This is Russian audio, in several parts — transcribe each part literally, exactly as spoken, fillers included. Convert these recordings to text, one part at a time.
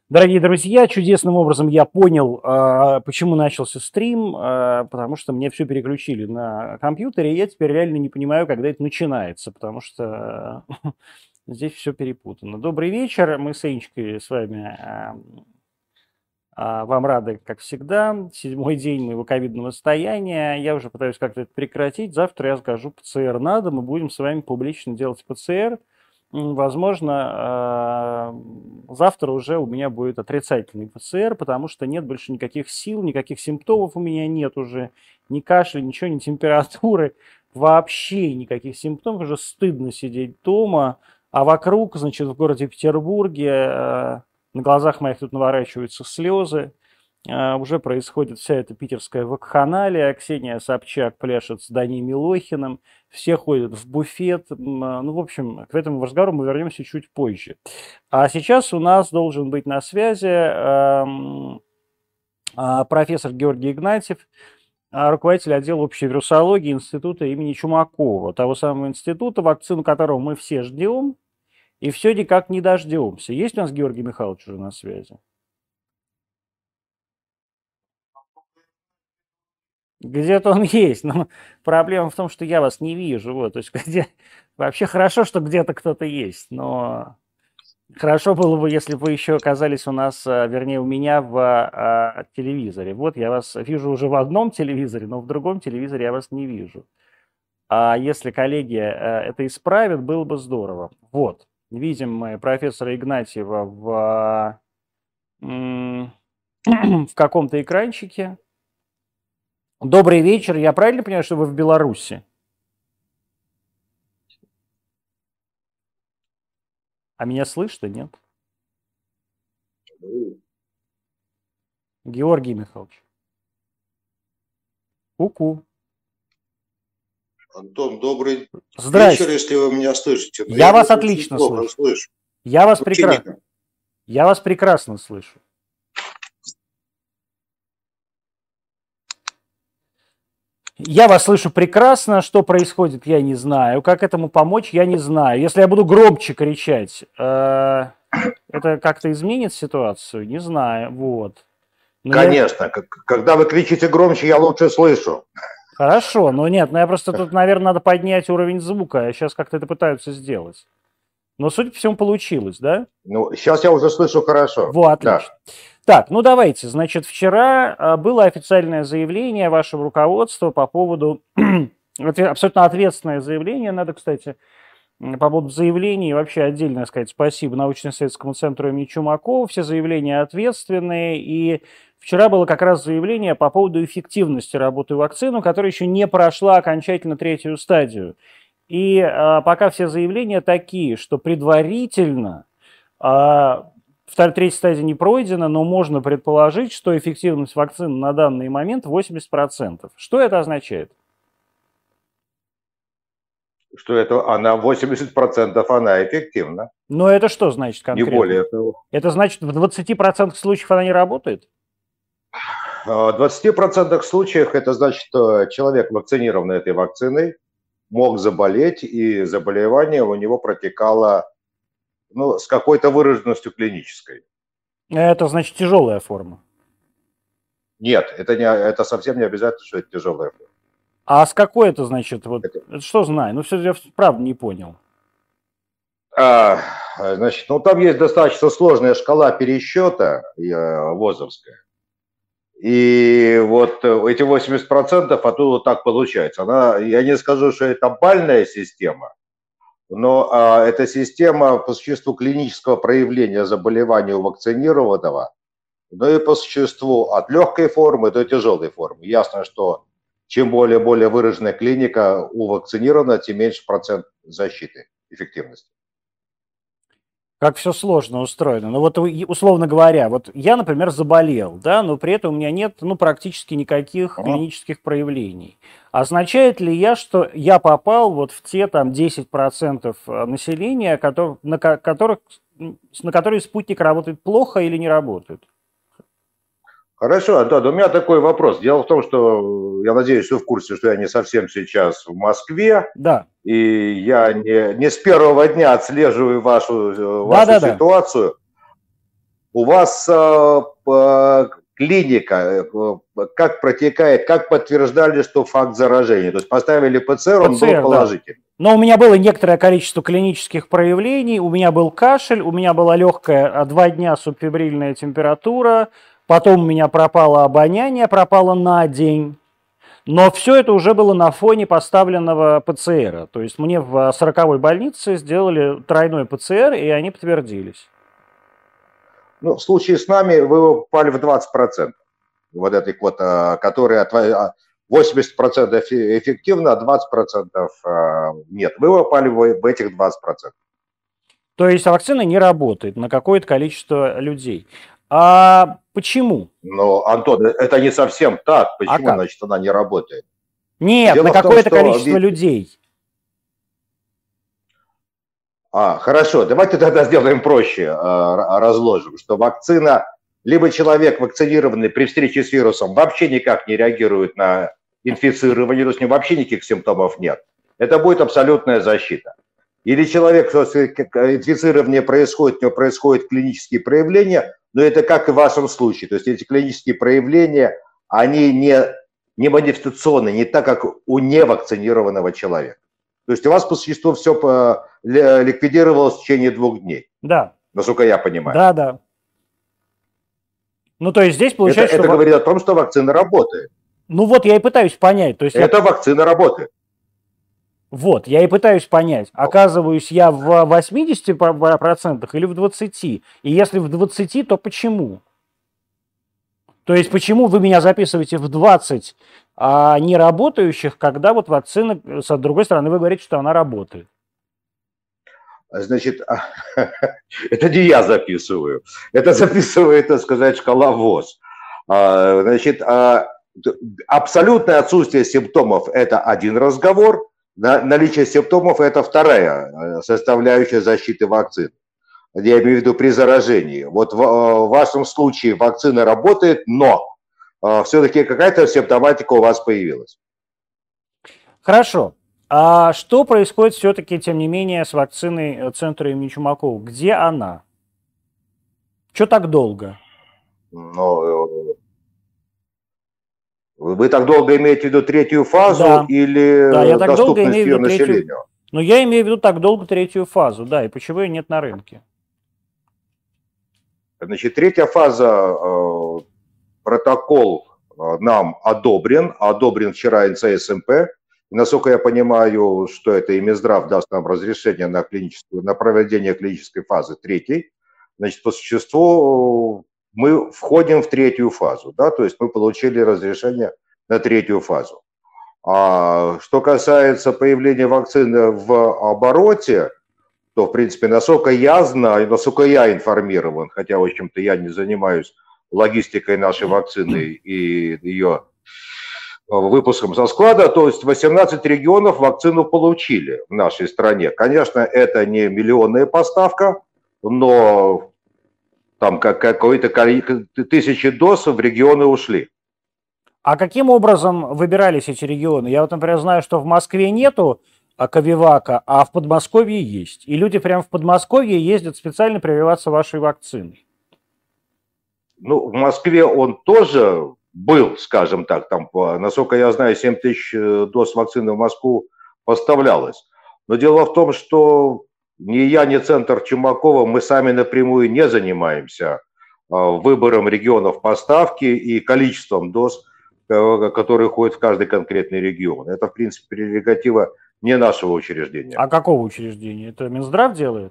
Дорогие друзья, чудесным образом я понял, а, почему начался стрим, а, потому что мне все переключили на компьютере, и я теперь реально не понимаю, когда это начинается, потому что здесь все перепутано. Добрый вечер, мы с Энечкой с вами а, а, вам рады, как всегда. Седьмой день моего ковидного состояния. Я уже пытаюсь как-то это прекратить. Завтра я скажу ПЦР надо, мы будем с вами публично делать ПЦР. М, Возможно, а, завтра уже у меня будет отрицательный ПЦР, потому что нет больше никаких сил, никаких симптомов у меня нет уже, ни кашля, ничего, ни температуры, вообще никаких симптомов, уже стыдно сидеть дома, а вокруг, значит, в городе Петербурге а, на глазах моих тут наворачиваются слезы, а, уже происходит вся эта питерская вакханалия, Ксения Собчак пляшет с Данией Милохиным, все ходят в буфет. Ну, в общем, к этому разговору мы вернемся чуть позже. А сейчас у нас должен быть на связи эм, а, профессор Георгий Игнатьев, а, руководитель отдела общей вирусологии Института имени Чумакова, того самого института, вакцину которого мы все ждем, и все никак не дождемся. Есть у нас Георгий Михайлович уже на связи? Где-то он есть, но проблема в том, что я вас не вижу. Вот, то есть где... Вообще хорошо, что где-то кто-то есть, но хорошо было бы, если бы вы еще оказались у нас, а, вернее, у меня в а, телевизоре. Вот я вас вижу уже в одном телевизоре, но в другом телевизоре я вас не вижу. А если коллеги а, это исправят, было бы здорово. Вот, видим мы профессора Игнатьева в, м, в каком-то экранчике. Добрый вечер, я правильно понимаю, что вы в Беларуси? А меня слышно, нет? Георгий Михайлович. Ку-ку. Антон, добрый Здрасте. вечер, если вы меня слышите. Но Я я вас вас очень отлично плохо слышу. слышу. Я вас Вообще прекрасно. никак. Я вас прекрасно слышу. Я вас слышу прекрасно. Что происходит, я не знаю. Как этому помочь, я не знаю. Если я буду громче кричать, э, это как-то изменит ситуацию? Не знаю. Вот. Но я- Конечно, как- когда вы кричите громче, я лучше слышу. Хорошо, но нет, ну я просто тут, наверное, надо поднять уровень звука. Сейчас как-то это пытаются сделать. Но, судя по всему, получилось, да? Ну, сейчас я уже слышу хорошо. Во, Да. отлично. Так, ну давайте. Значит, вчера а, было официальное заявление вашего руководства по поводу, отве- абсолютно ответственное заявление, надо, кстати, м, по поводу заявлений вообще отдельно сказать спасибо научно-исследовательскому центру имени Чумакова. Все заявления ответственные. И вчера было как раз заявление по поводу эффективности работы вакцины, которая еще не прошла окончательно третью стадию. И а, пока все заявления такие, что предварительно а, вторая, третья стадия не пройдена, но можно предположить, что эффективность вакцины на данный момент восемьдесят процентов. Что это означает? Что это она восемьдесят процентов она эффективна. Но это что значит Не конкретно? более того. Это значит, в двадцати процентах случаев она не работает? В двадцати процентах случаев это значит, что человек, вакцинированный этой вакциной, мог заболеть, и заболевание у него протекало, ну, с какой-то выраженностью клинической. Это значит тяжелая форма. Нет, это, не, это совсем не обязательно, что это тяжелая форма. А с какой это значит? Вот, Это- это что знаю? Ну, все, я правда не понял. А, значит, ну там есть достаточно сложная шкала пересчета э, ВОЗовская. И вот э, эти восемьдесят процентов оттуда так получается. Она, я не скажу, что это бальная система, но а, это система по существу клинического проявления заболевания у вакцинированного, но и по существу от легкой формы до тяжелой формы. Ясно, что чем более более выраженная клиника у вакцинированного, тем меньше процент защиты, эффективности. Как все сложно устроено. Ну вот и, условно говоря, вот я, например, заболел, да, но при этом у меня нет, ну, практически никаких Ага. клинических проявлений. Означает ли я, что я попал вот в те там десять процентов населения, котор- на ко- которых, м, на которые спутник работает плохо или не работает? Хорошо, Антон, у меня такой вопрос. Дело в том, что я надеюсь, что вы в курсе, что я не совсем сейчас в Москве, Да, и я не, не с первого дня отслеживаю вашу, э, вашу да-да-да. ситуацию. у вас э, э, клиника, э, как протекает, как подтверждали, что факт заражения? То есть поставили ПЦР, он был ПЦР, да. положительный. Но у меня было некоторое количество клинических проявлений, у меня был кашель, у меня была легкая два дня субфебрильная температура, потом у меня пропало обоняние, пропало на день. Но все это уже было на фоне поставленного ПЦРа. То есть мне в сороковой больнице сделали тройной ПЦР, и они подтвердились. Ну, в случае с нами вы попали в двадцать процентов. Вот этой вот, который восемьдесят процентов эффективно, а двадцать процентов нет. Вы попали в этих двадцать процентов. То есть вакцина не работает на какое-то количество людей. А почему? Ну, Антон, это не совсем так. Почему, а значит, она не работает? Нет, Дело на какое-то количество ведь... людей. А, хорошо, давайте тогда сделаем проще, разложим, что вакцина, либо человек вакцинированный при встрече с вирусом вообще никак не реагирует на инфицирование, то есть у него вообще никаких симптомов нет. Это будет абсолютная защита. Или человек, что инфицирование происходит, у него происходят клинические проявления, но это как и в вашем случае. То есть эти клинические проявления, они не, не манифестационные, не так, как у невакцинированного человека. То есть у вас по существу все ликвидировалось в течение двух дней. Да. Насколько я понимаю. Да, да. Ну, то есть здесь получается, это, что... Это говорит о том, что вакцина работает. Ну вот я и пытаюсь понять. То есть это я... вакцина работает. Вот, я и пытаюсь понять, оказываюсь я в восьмидесяти процентах или в двадцати процентах. И если в двадцати процентах, то почему? То есть почему вы меня записываете в двадцать а не работающих, когда вот вакцина, с другой стороны, вы говорите, что она работает? Значит, это не я записываю. Это записывает, так сказать, шкала ВОЗ. Значит, абсолютное отсутствие симптомов – это один разговор. Наличие симптомов – это вторая составляющая защиты вакцины. Я имею в виду при заражении. Вот в вашем случае вакцина работает, но все-таки какая-то симптоматика у вас появилась. Хорошо. А что происходит все-таки, тем не менее, с вакциной центра имени Чумакова? Где она? Что так долго? Ну, вы так долго имеете в виду третью фазу да. или да, я так доступность долго имею ее в виду населению? Третью... Ну, я имею в виду так долго третью фазу, да, и почему ее нет на рынке? Значит, третья фаза, э, протокол нам одобрен, одобрен вчера эн цэ эс эм пэ. И, насколько я понимаю, что это и Минздрав даст нам разрешение на, клиническую, на проведение клинической фазы третьей. Значит, по существу мы входим в третью фазу, да, то есть мы получили разрешение на третью фазу. А что касается появления вакцины в обороте, то, в принципе, насколько я знаю, насколько я информирован, хотя, в общем-то, я не занимаюсь логистикой нашей вакцины и ее выпуском со склада, то есть восемнадцать регионов вакцину получили в нашей стране. Конечно, это не миллионная поставка, но там какое-то количество тысячи доз в регионы ушли. А каким образом выбирались эти регионы? Я вот, например, знаю, что в Москве нету Ковивака, а в Подмосковье есть. И люди прямо в Подмосковье ездят специально прививаться вашей вакциной. Ну, в Москве он тоже был, скажем так, там, насколько я знаю, семь тысяч доз вакцины в Москву поставлялось. Но дело в том, что ни я, ни центр Чумакова, мы сами напрямую не занимаемся выбором регионов поставки и количеством доз, которые ходят в каждый конкретный регион. Это, в принципе, прерогатива не нашего учреждения. А какого учреждения? Это Минздрав делает?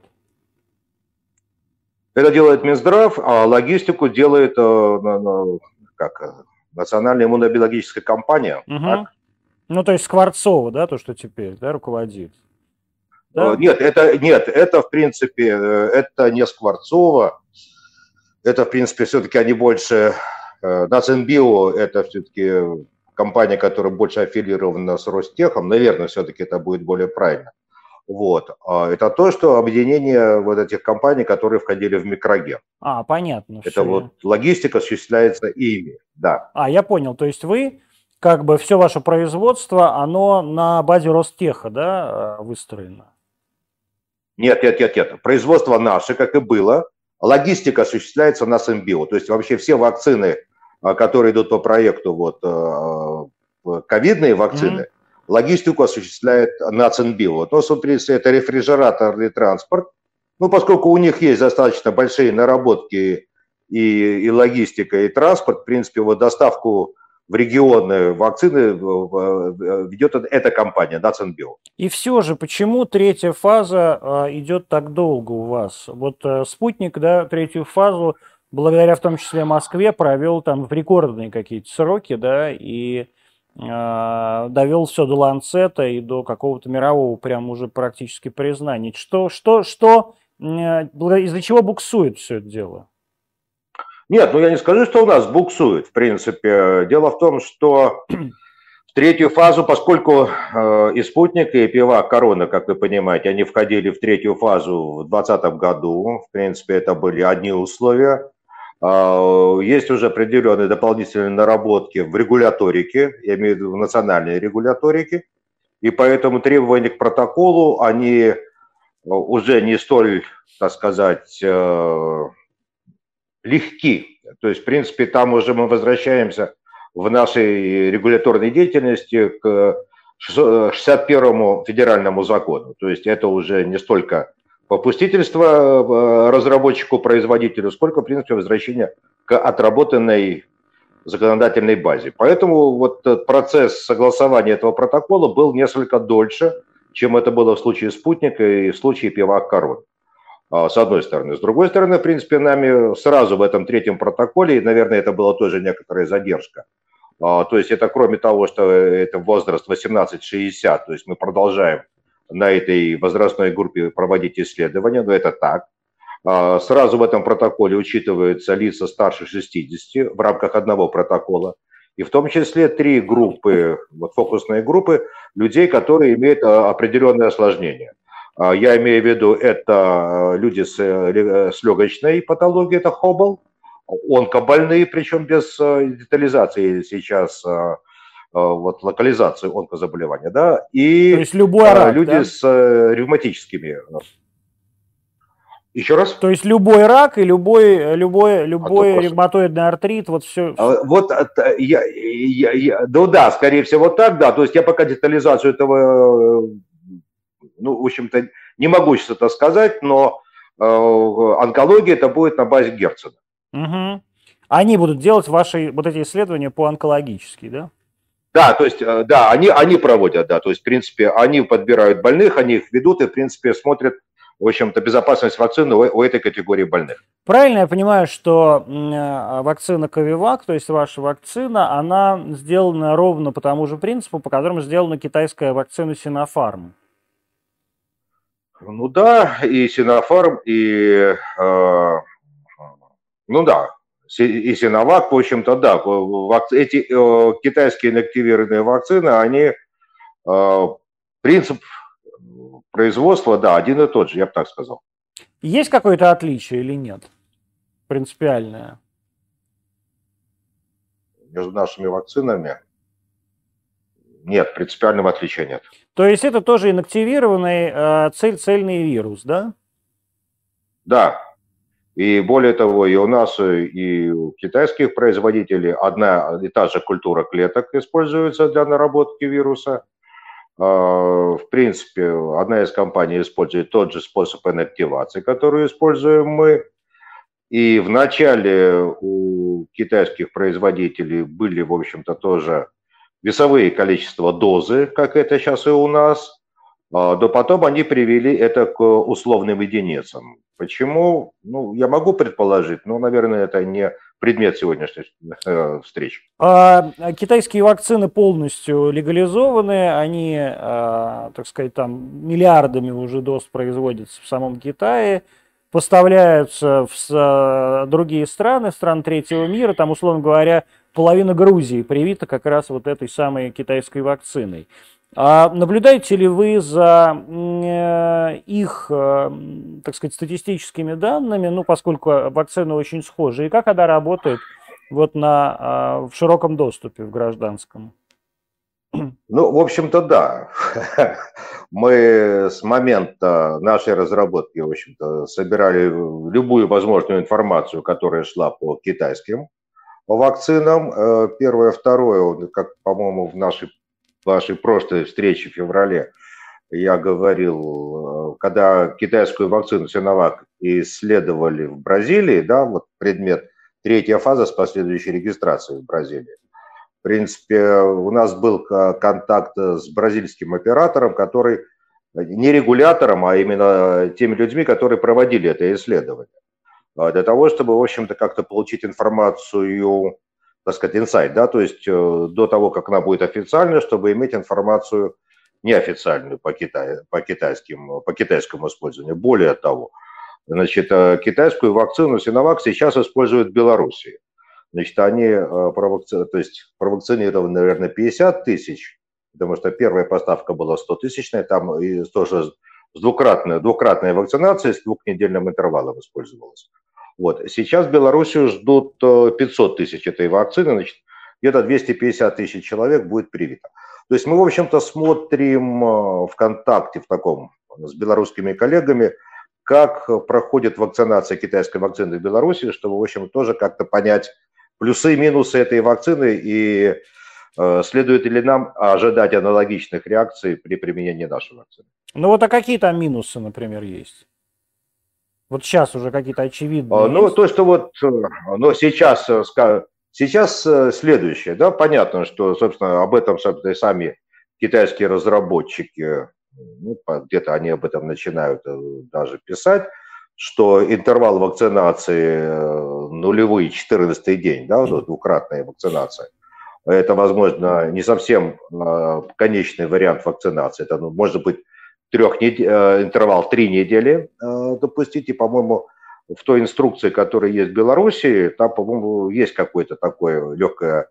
Это делает Минздрав, а логистику делает как, Национальная иммунобиологическая компания. Угу. Так? Ну, то есть Скворцова, да, то, что теперь, да, руководит? Да? Нет, это, нет, это, в принципе, это не Скворцова. Это, в принципе, все-таки они больше... Нацинбио – это все-таки компания, которая больше аффилирована с Ростехом. Наверное, все-таки это будет более правильно. Вот. Это то, что объединение вот этих компаний, которые входили в микроген. А, понятно. Это все. вот логистика осуществляется ими, да. А, я понял. То есть вы, как бы, все ваше производство, оно на базе Ростеха, да, выстроено? Нет, нет, нет, нет. Производство наше, как и было, логистика осуществляется на Симбио. То есть вообще все вакцины, которые идут по проекту, вот, ковидные вакцины, mm-hmm. логистику осуществляет на Симбио. Но, собственно, это рефрижераторный транспорт. Ну, поскольку у них есть достаточно большие наработки и, и логистика, и транспорт, в принципе, вот доставку в регионы вакцины ведет эта компания, Нацинбио. И все же, почему третья фаза а, идет так долго у вас? Вот а, спутник, да, третью фазу, благодаря в том числе Москве, провел там в рекордные какие-то сроки, да, и а, довел все до ланцета и до какого-то мирового прям уже практически признания. Что, что, что, из-за чего буксует все это дело? Нет, ну я не скажу, что у нас буксует, в принципе. Дело в том, что в третью фазу, поскольку э, и спутник, и Пивак, Корона, как вы понимаете, они входили в третью фазу в двадцатом году, в принципе, это были одни условия. Э, есть уже определенные дополнительные наработки в регуляторике, я имею в виду в национальной регуляторике, и поэтому требования к протоколу, они уже не столь, так сказать, э, легки. То есть, в принципе, там уже мы возвращаемся в нашей регуляторной деятельности к шестьдесят первому федеральному закону. То есть это уже не столько попустительство разработчику-производителю, сколько, в принципе, возвращение к отработанной законодательной базе. Поэтому вот процесс согласования этого протокола был несколько дольше, чем это было в случае спутника и в случае Пивак-Корона. С одной стороны. С другой стороны, в принципе, нами сразу в этом третьем протоколе, и, наверное, это была тоже некоторая задержка. То есть это кроме того, что это возраст восемнадцать шестьдесят, то есть мы продолжаем на этой возрастной группе проводить исследования, но это так. Сразу в этом протоколе учитываются лица старше шестидесяти в рамках одного протокола, и в том числе три группы, вот фокусные группы людей, которые имеют определенные осложнения. Я имею в виду, это люди с, с легочной патологией, это Хоббл, онкобольные, причем без детализации сейчас, вот локализации онкозаболевания, да, и То есть любой рак, люди да? с ревматическими. Еще раз? То есть любой рак и любой, любой, любой а ревматоидный артрит, вот все. Вот я, я, я, ну да, скорее всего так, да, то есть я пока детализацию этого... Ну, в общем-то, не могу сейчас это сказать, но э, онкология это будет на базе Герцена. Угу. Они будут делать ваши вот эти исследования по онкологически, да? Да, то есть, э, да, они, они проводят, да, то есть, в принципе, они подбирают больных, они их ведут и, в принципе, смотрят, в общем-то, безопасность вакцины у, у этой категории больных. Правильно я понимаю, что вакцина Ковивак, то есть ваша вакцина, она сделана ровно по тому же принципу, по которому сделана китайская вакцина Sinopharm? Ну да, и Sinopharm, и, э, ну да, и Синовак, в общем-то, да, эти э, китайские инактивированные вакцины, они, э, принцип производства, да, один и тот же, я бы так сказал. Есть какое-то отличие или нет? Принципиальное? Между нашими вакцинами? Нет, принципиального отличия нет. То есть это тоже инактивированный э, цель, цельный вирус, да? Да. И более того, и у нас, и у китайских производителей одна и та же культура клеток используется для наработки вируса. В принципе, одна из компаний использует тот же способ инактивации, который используем мы. И в начале у китайских производителей были, в общем-то, тоже весовые количества дозы, как это сейчас и у нас, но потом они привели это к условным единицам. Почему? Ну, я могу предположить, но, наверное, это не предмет сегодняшней э, встречи. А, китайские вакцины полностью легализованы, они, а, так сказать, там миллиардами уже доз производятся в самом Китае, поставляются в другие страны, стран третьего мира, там, условно говоря, половина Грузии привита как раз вот этой самой китайской вакциной. А наблюдаете ли вы за их, так сказать, статистическими данными, ну, поскольку вакцины очень схожи, и как она работает вот на, в широком доступе, в гражданском? Ну, в общем-то, да. Мы с момента нашей разработки, в общем-то, собирали любую возможную информацию, которая шла по китайским вакцинам. Э, Первое, второе, как, по-моему, в нашей, вашей прошлой встрече в феврале я говорил, э, когда китайскую вакцину Синовак исследовали в Бразилии, да, вот предмет третья фаза с последующей регистрацией в Бразилии. В принципе, у нас был контакт с бразильским оператором, который не регулятором, а именно теми людьми, которые проводили это исследование. Для того, чтобы, в общем-то, как-то получить информацию, так сказать, инсайт, да, то есть до того, как она будет официальной, чтобы иметь информацию неофициальную по, Китаю, по, китайским, по китайскому использованию. Более того, значит, китайскую вакцину Синовак сейчас используют в Беларуси. Значит, они провакци... то есть провакцинированы, наверное, пятьдесят тысяч, потому что первая поставка была сто тысячная, там и тоже с двукратной, двукратной вакцинацией с двухнедельным интервалом использовалась. Вот. Сейчас в Беларуси ждут пятьсот тысяч этой вакцины, значит, где-то двести пятьдесят тысяч человек будет привито. То есть мы, в общем-то, смотрим ВКонтакте в таком с белорусскими коллегами, как проходит вакцинация китайской вакцины в Беларуси, чтобы, в общем, тоже как-то понять плюсы и минусы этой вакцины и э, следует ли нам ожидать аналогичных реакций при применении нашей вакцины. Ну вот а какие там минусы, например, есть? Вот сейчас уже какие-то очевидные. Ну, есть? то, что вот, но сейчас, сейчас следующее, да, понятно, что, собственно, об этом, собственно, и сами китайские разработчики, ну, где-то они об этом начинают даже писать, что интервал вакцинации нулевой четырнадцатый день, да, вот двукратная вакцинация, это, возможно, не совсем конечный вариант вакцинации, это, ну, может быть, трех нед... интервал три недели допустить, и, по-моему, в той инструкции, которая есть в Беларуси, там, по-моему, есть какое-то такое легкое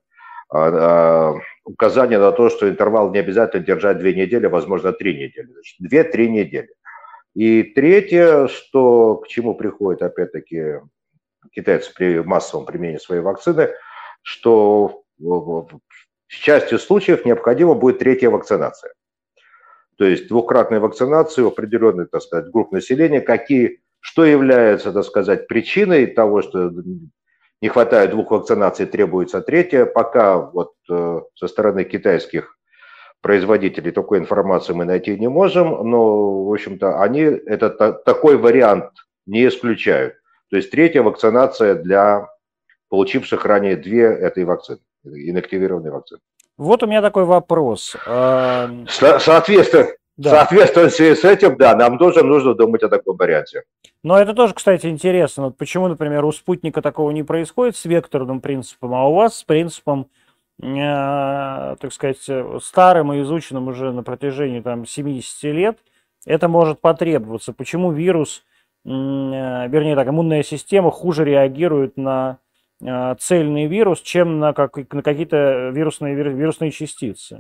указание на то, что интервал не обязательно держать две недели, возможно, три недели, значит, две-три недели. И третье, что к чему приходят, опять-таки, китайцы при массовом применении своей вакцины, что в части случаев необходима будет третья вакцинация. То есть двукратная вакцинация у определенной, так сказать, групп населения, какие, что является, так сказать, причиной того, что не хватает двух вакцинаций, требуется третья. Пока вот со стороны китайских производителей такой информации мы найти не можем, но, в общем-то, они этот, такой вариант не исключают. То есть третья вакцинация для получивших ранее две этой вакцины, инактивированной вакцины. Вот у меня такой вопрос. Со- соответственно, да. Соответственно, с этим, да, нам тоже нужно думать о таком варианте. Но это тоже, кстати, интересно. Вот почему, например, у спутника такого не происходит с векторным принципом, а у вас с принципом, э, так сказать, старым и изученным уже на протяжении там, семидесяти лет, это может потребоваться. Почему вирус, э, вернее так, иммунная система хуже реагирует на э, цельный вирус, чем на, как, на какие-то вирусные, вирусные частицы?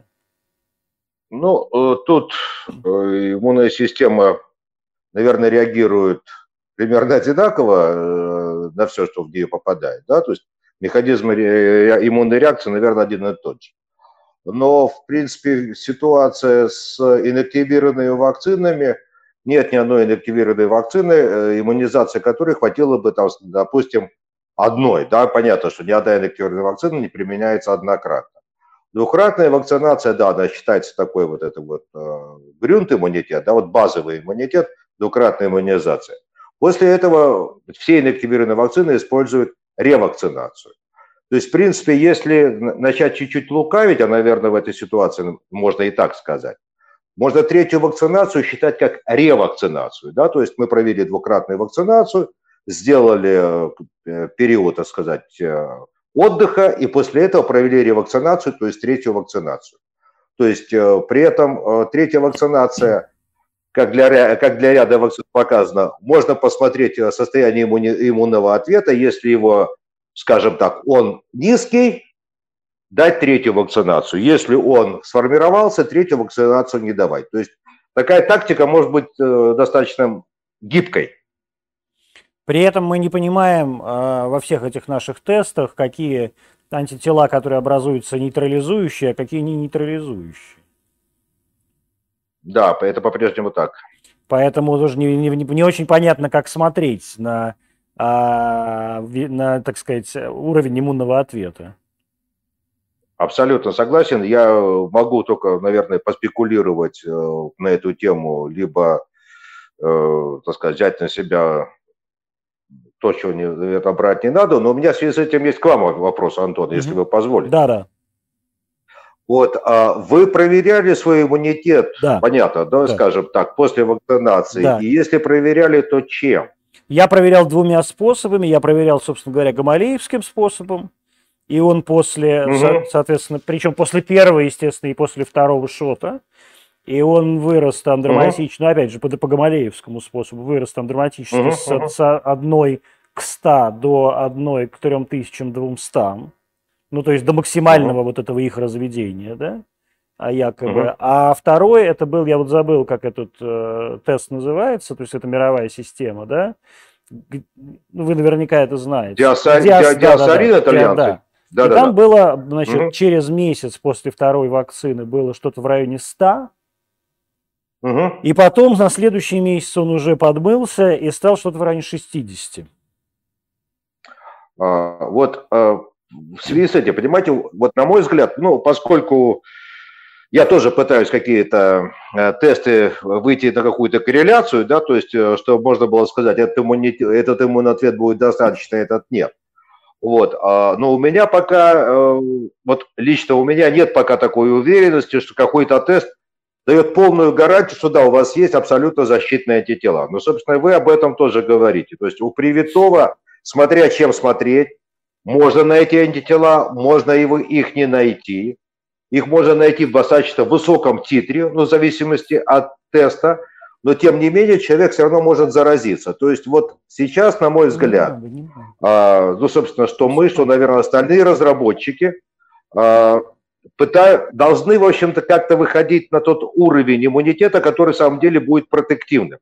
Ну, тут иммунная система, наверное, реагирует примерно одинаково на все, что в нее попадает, да, то есть механизм иммунной реакции, наверное, один и тот же. Но, в принципе, ситуация с инактивированными вакцинами, нет ни одной инактивированной вакцины, иммунизации которой хватило бы, там, допустим, одной, да, понятно, что ни одна инактивированная вакцина не применяется однократно. Двукратная вакцинация, да, она считается такой вот это вот э, грюнт-иммунитет, да, вот базовый иммунитет, двукратная иммунизация. После этого все инактивированные вакцины используют ревакцинацию. То есть, в принципе, если начать чуть-чуть лукавить, а, наверное, в этой ситуации можно и так сказать, можно третью вакцинацию считать как ревакцинацию, да, то есть мы провели двукратную вакцинацию, сделали период, так сказать, отдыха, и после этого провели ревакцинацию, то есть третью вакцинацию. То есть э, при этом э, третья вакцинация, как для, как для ряда вакцин показано, можно посмотреть состояние иммуни, иммунного ответа, если его, скажем так, он низкий, дать третью вакцинацию. Если он сформировался, третью вакцинацию не давать. То есть такая тактика может быть э, достаточно гибкой. При этом мы не понимаем э, во всех этих наших тестах, какие антитела, которые образуются нейтрализующие, а какие не нейтрализующие. Да, это по-прежнему так. Поэтому тоже не, не, не очень понятно, как смотреть на, а, на, так сказать, уровень иммунного ответа. Абсолютно согласен. Я могу только, наверное, поспекулировать на эту тему, либо, так сказать, взять на себя то, чего не, это брать не надо. Но у меня в связи с этим есть к вам вопрос, Антон, если вы позволите. Да, да. Вот, а вы проверяли свой иммунитет, да. понятно, да, да, скажем так, после вакцинации? Да. И если проверяли, то чем? Я проверял двумя способами. Я проверял, собственно говоря, гамалеевским способом. И он после, угу. со, соответственно, причем после первого, естественно, и после второго шота. И он вырос там драматически, угу. ну, опять же, по, по гамалеевскому способу, вырос там драматически угу. с, с одной к ста до одной к трем тысячам двумстам. Ну, то есть до максимального uh-huh. вот этого их разведения, да, а якобы. Uh-huh. А второй, это был, я вот забыл, как этот э, тест называется, то есть это мировая система, да. Вы наверняка это знаете. Диасар... Диас... Диасарин да, итальянцы. Да. Да, И да, там да. было, значит, uh-huh. через месяц после второй вакцины было что-то в районе ста. Uh-huh. И потом на следующий месяц он уже подмылся и стал что-то в районе шестидесяти. А, вот... А... В связи с этим, понимаете, вот на мой взгляд, ну, поскольку я тоже пытаюсь какие-то э, тесты выйти на какую-то корреляцию, да, то есть, э, чтобы можно было сказать, этот, иммунитет, этот иммунный ответ будет достаточно, этот нет. Вот, а, но у меня пока, э, вот лично у меня нет пока такой уверенности, что какой-то тест дает полную гарантию, что да, у вас есть абсолютно защитные антитела. Но, собственно, вы об этом тоже говорите. То есть у привитого, смотря чем смотреть, можно найти антитела, можно их не найти. Их можно найти в достаточно высоком титре, ну, в зависимости от теста, но тем не менее человек все равно может заразиться. То есть вот сейчас, на мой взгляд, не не а, ну, собственно, что мы, что, наверное, остальные разработчики а, пытают, должны, в общем-то, как-то выходить на тот уровень иммунитета, который, в самом деле, будет протективным.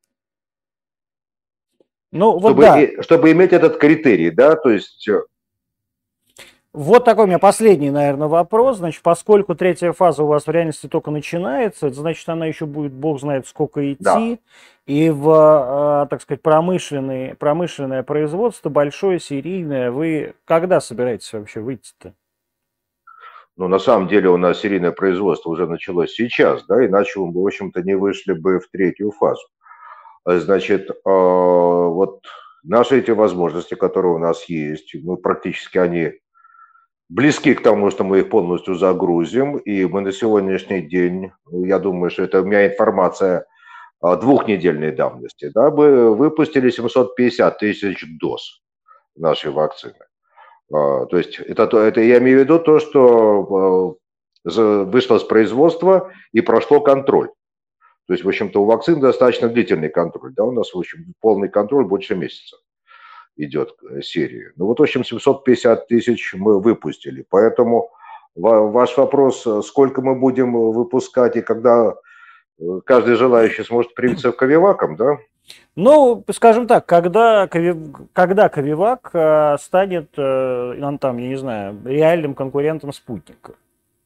Ну, вот чтобы, да. и, чтобы иметь этот критерий, да, то есть... Вот такой у меня последний, наверное, вопрос. Значит, поскольку третья фаза у вас в реальности только начинается, это значит, она еще будет, бог знает, сколько идти. Да. И в, так сказать, промышленное, промышленное производство, большое, серийное, вы когда собираетесь вообще выйти-то? Ну, на самом деле у нас серийное производство уже началось сейчас, да, иначе мы, в общем-то, не вышли бы в третью фазу. Значит, вот наши эти возможности, которые у нас есть, ну, практически они... близки к тому, что мы их полностью загрузим, и мы на сегодняшний день, я думаю, что это у меня информация двухнедельной давности, да, мы выпустили семьсот пятьдесят тысяч доз нашей вакцины. То есть это, это я имею в виду то, что вышло с производства и прошло контроль. То есть, в общем-то, у вакцин достаточно длительный контроль, да, у нас, в общем, полный контроль больше месяца идет серии. Ну вот, в общем, семьсот пятьдесят тысяч мы выпустили. Поэтому ваш вопрос, сколько мы будем выпускать и когда каждый желающий сможет привиться к Ковивакам, да? Ну, скажем так, когда, когда Ковивак станет, там, я не знаю, реальным конкурентом спутника?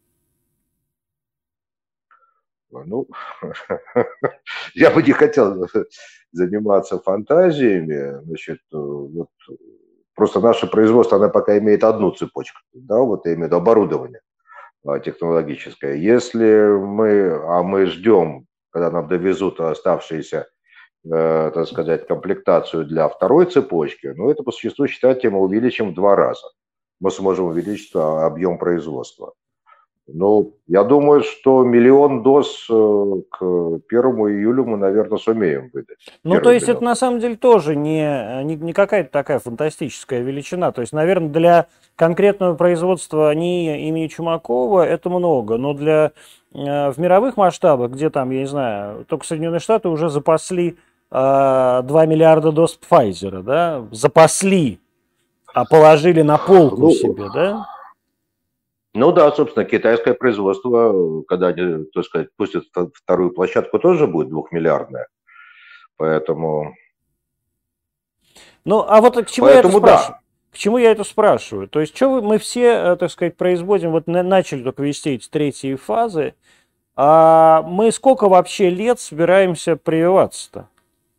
Ну, я бы не хотел заниматься фантазиями, значит, вот, просто наше производство, оно пока имеет одну цепочку, да, вот я имею в виду оборудование технологическое. Если мы, а мы ждем, когда нам довезут оставшиеся, э, так сказать, комплектацию для второй цепочки, ну, это по существу, считайте, мы увеличим в два раза. Мы сможем увеличить объем производства. Ну, я думаю, что миллион доз к первому июля мы, наверное, сумеем выдать. Ну, то есть миллион. Это на самом деле тоже не, не, не какая-то такая фантастическая величина. То есть, наверное, для конкретного производства НИИ имени Чумакова это много, но для, в мировых масштабах, где там, я не знаю, только Соединенные Штаты уже запасли э, два миллиарда доз Pfizer, да, запасли, а положили на полку ну, себе, да? Ну да, собственно, китайское производство, когда они, так сказать, пустят вторую площадку, тоже будет двухмиллиардное. Поэтому... Ну, а вот к чему Поэтому, я это спрашиваю? Да. К чему я это спрашиваю? То есть, что мы все, так сказать, производим, вот начали только вести эти третьи фазы, а мы сколько вообще лет собираемся прививаться-то?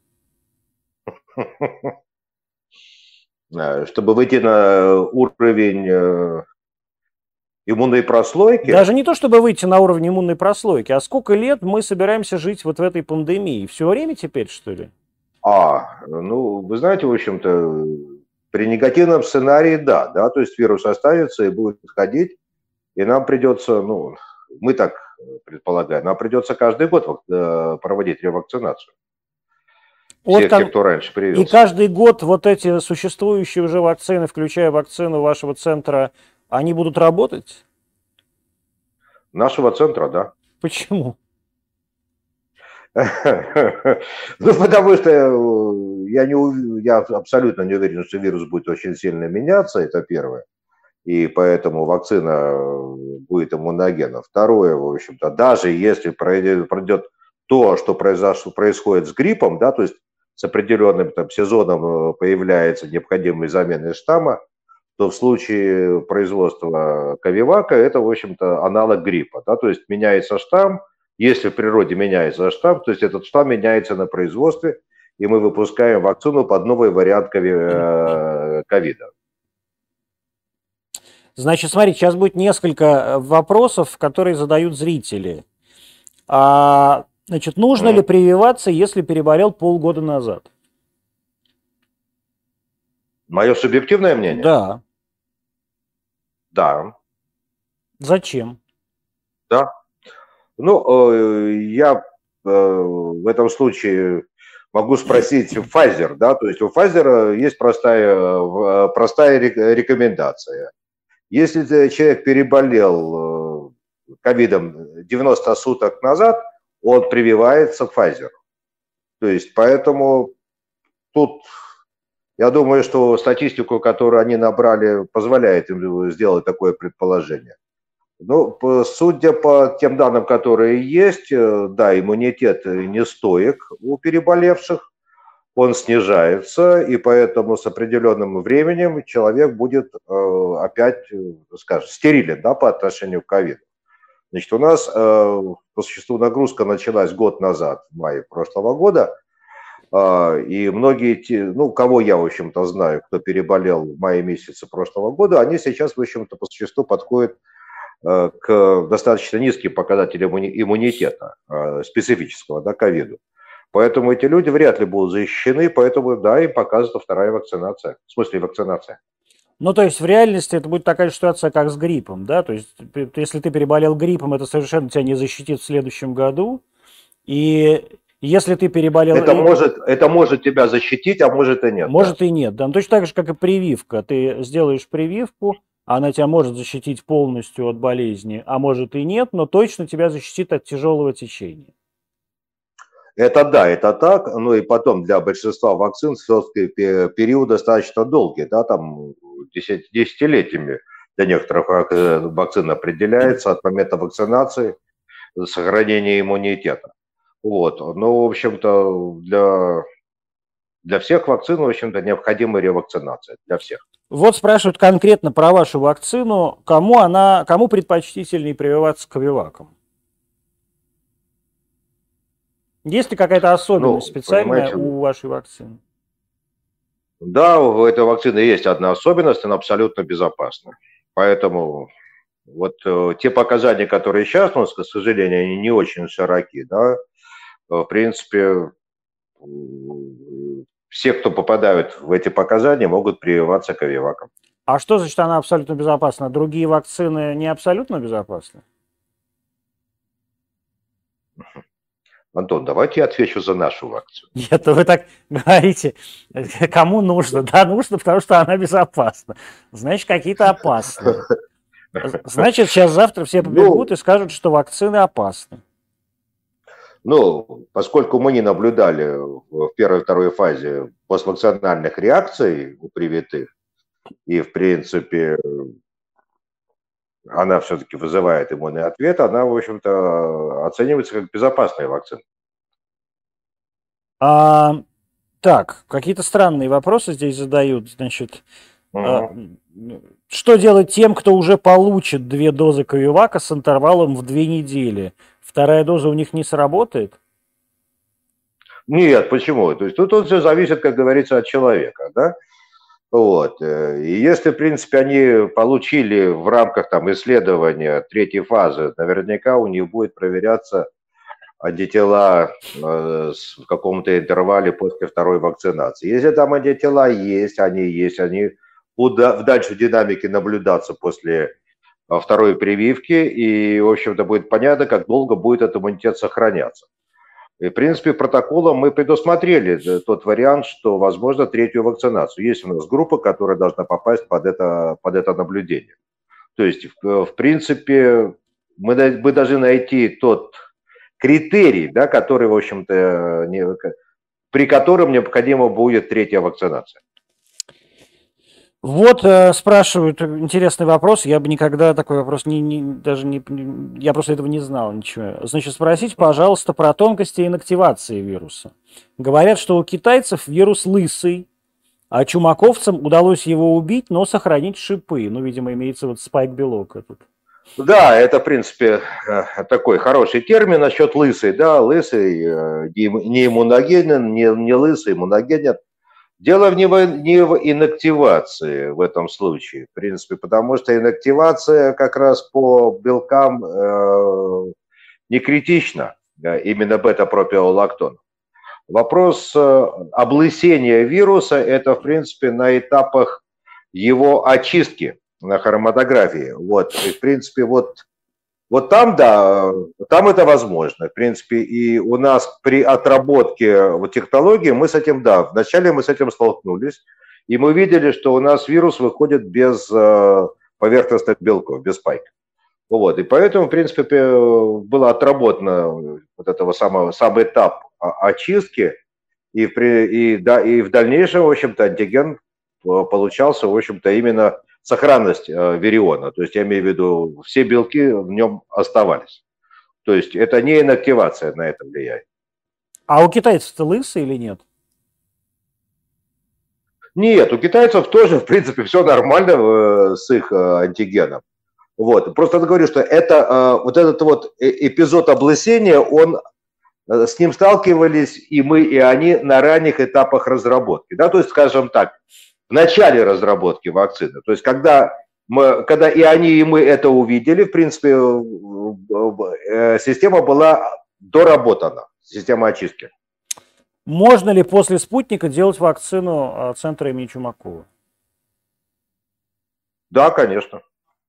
Чтобы выйти на уровень иммунной прослойки? Даже не то, чтобы выйти на уровень иммунной прослойки, а сколько лет мы собираемся жить вот в этой пандемии? Все время теперь, что ли? А, ну, вы знаете, в общем-то, при негативном сценарии, да, да, то есть вирус останется и будет ходить, и нам придется, ну, мы так предполагаем, нам придется каждый год проводить ревакцинацию. Всех Вот, тех, кто раньше привился. И каждый год вот эти существующие уже вакцины, включая вакцину вашего центра, они будут работать? Нашего центра, да. Почему? Ну, потому что я, не, я абсолютно не уверен, что вирус будет очень сильно меняться, это первое. И поэтому вакцина будет иммуногенна. Второе, в общем-то, даже если пройдет, пройдет то, что произошло, происходит с гриппом, да, то есть с определенным там, сезоном появляется необходимая замена штамма, то в случае производства Ковивака это, в общем-то, аналог гриппа. Да, то есть меняется штамм, если в природе меняется штамм, то есть этот штамм меняется на производстве, и мы выпускаем вакцину под новый вариант ковида. Значит, смотрите, сейчас будет несколько вопросов, которые задают зрители. А, значит, нужно mm. ли прививаться, если переболел полгода назад? Мое субъективное мнение? Да. Да. Зачем? Да. Ну, я в этом случае могу спросить Pfizer, да, то есть у Pfizer есть простая, простая рекомендация. Если человек переболел ковидом девяносто суток назад, он прививается Pfizer. То есть, поэтому тут, я думаю, что статистику, которую они набрали, позволяет им сделать такое предположение. Ну, судя по тем данным, которые есть, да, иммунитет не стоек у переболевших, он снижается, и поэтому с определенным временем человек будет э, опять, скажем, стерилен, да, по отношению к ковиду. Значит, у нас э, по существу нагрузка началась год назад, в мае прошлого года, э, и многие, те, ну, кого я, в общем-то, знаю, кто переболел в мае месяце прошлого года, они сейчас, в общем-то, по существу подходят э, к достаточно низким показателям иммунитета э, специфического, да, ковиду. Поэтому эти люди вряд ли будут защищены, поэтому, да, им показана вторая вакцинация, в смысле вакцинация. Ну, то есть в реальности это будет такая ситуация, как с гриппом, да? То есть если ты переболел гриппом, это совершенно тебя не защитит в следующем году. И если ты переболел... Это может, это может тебя защитить, а может и нет. Может да. и нет, да. Ну, точно так же, как и прививка. Ты сделаешь прививку, она тебя может защитить полностью от болезни, а может и нет, но точно тебя защитит от тяжелого течения. Это да, это так, ну и потом для большинства вакцин все-таки период достаточно долгий, да, там десятилетиями для некоторых вакцин определяется от момента вакцинации сохранения иммунитета. Вот, ну, в общем-то, для, для всех вакцин, в общем-то, необходима ревакцинация, для всех. Вот спрашивают конкретно про вашу вакцину, кому она, кому предпочтительнее прививаться Ковиваком? Есть ли какая-то особенность ну, специальная у вашей вакцины? Да, у этой вакцины есть одна особенность, она абсолютно безопасна. Поэтому вот э, те показания, которые сейчас, ну, к сожалению, они не очень широки, да, в принципе, э, все, кто попадают в эти показания, могут прививаться Ковиваком. А что значит она абсолютно безопасна? Другие вакцины не абсолютно безопасны? Антон, давайте я отвечу за нашу вакцину. Нет, вы так говорите, кому нужно? Да, нужно, потому что она безопасна. Значит, какие-то опасные. Значит, сейчас завтра все побегут ну, и скажут, что вакцины опасны. Ну, поскольку мы не наблюдали в первой и второй фазе поствакцинальных реакций у привитых, и, в принципе, она все-таки вызывает иммунный ответ, она, в общем-то, оценивается как безопасная вакцина. А, так, какие-то странные вопросы здесь задают. Значит, Угу. Что делать тем, кто уже получит две дозы Ковивака с интервалом в две недели? Вторая доза у них не сработает? Нет, почему? То есть тут, тут все зависит, как говорится, от человека, да? Вот. И если, в принципе, они получили в рамках там, исследования третьей фазы, наверняка у них будет проверяться антитела э, в каком-то интервале после второй вакцинации. Если там антитела есть, они есть, они будут в дальшей динамике наблюдаться после второй прививки, и, в общем-то, будет понятно, как долго будет этот иммунитет сохраняться. И, в принципе, протоколом мы предусмотрели тот вариант, что, возможно, третью вакцинацию. Есть у нас группа, которая должна попасть под это, под это наблюдение. То есть, в, в принципе, мы, мы должны найти тот критерий, да, который, в общем-то, не, при котором необходима будет третья вакцинация. Вот э, спрашивают интересный вопрос. Я бы никогда такой вопрос не, не даже не, я просто этого не знал ничего. Значит, спросите, пожалуйста, про тонкости инактивации вируса. Говорят, что у китайцев вирус лысый, а чумаковцам удалось его убить, но сохранить шипы. Ну, видимо, имеется вот спайк-белок этот. Да, это, в принципе, такой хороший термин насчет лысый. Да, лысый не иммуногенен, не, не лысый, иммуногенен. Дело в не, не в инактивации в этом случае, в принципе, потому что инактивация как раз по белкам э, не критична, да, именно бета-пропиолактон. Вопрос э, облысения вируса – это, в принципе, на этапах его очистки на хроматографии. Вот, и, в принципе, вот Вот там, да, там это возможно. В принципе, и у нас при отработке вот технологии мы с этим, да, вначале мы с этим столкнулись, и мы видели, что у нас вирус выходит без поверхностных белков, без спайка. Вот, и поэтому, в принципе, было отработано вот этого самого, сам этап очистки, и, при, и, да, и в дальнейшем, в общем-то, антиген получался, в общем-то, именно сохранность э, вириона, то есть я имею в виду, все белки в нем оставались. То есть это не инактивация на это влияет. А у китайцев-то лысый или нет? Нет, у китайцев тоже, в принципе, все нормально э, с их э, антигеном. Вот. Просто говорю, что это, э, вот этот вот эпизод облысения, он, э, с ним сталкивались и мы, и они на ранних этапах разработки. Да? То есть, скажем так, в начале разработки вакцины. То есть, когда, мы, когда и они, и мы это увидели, в принципе, система была доработана, система очистки. Можно ли после спутника делать вакцину центра имени Чумакова? Да, конечно.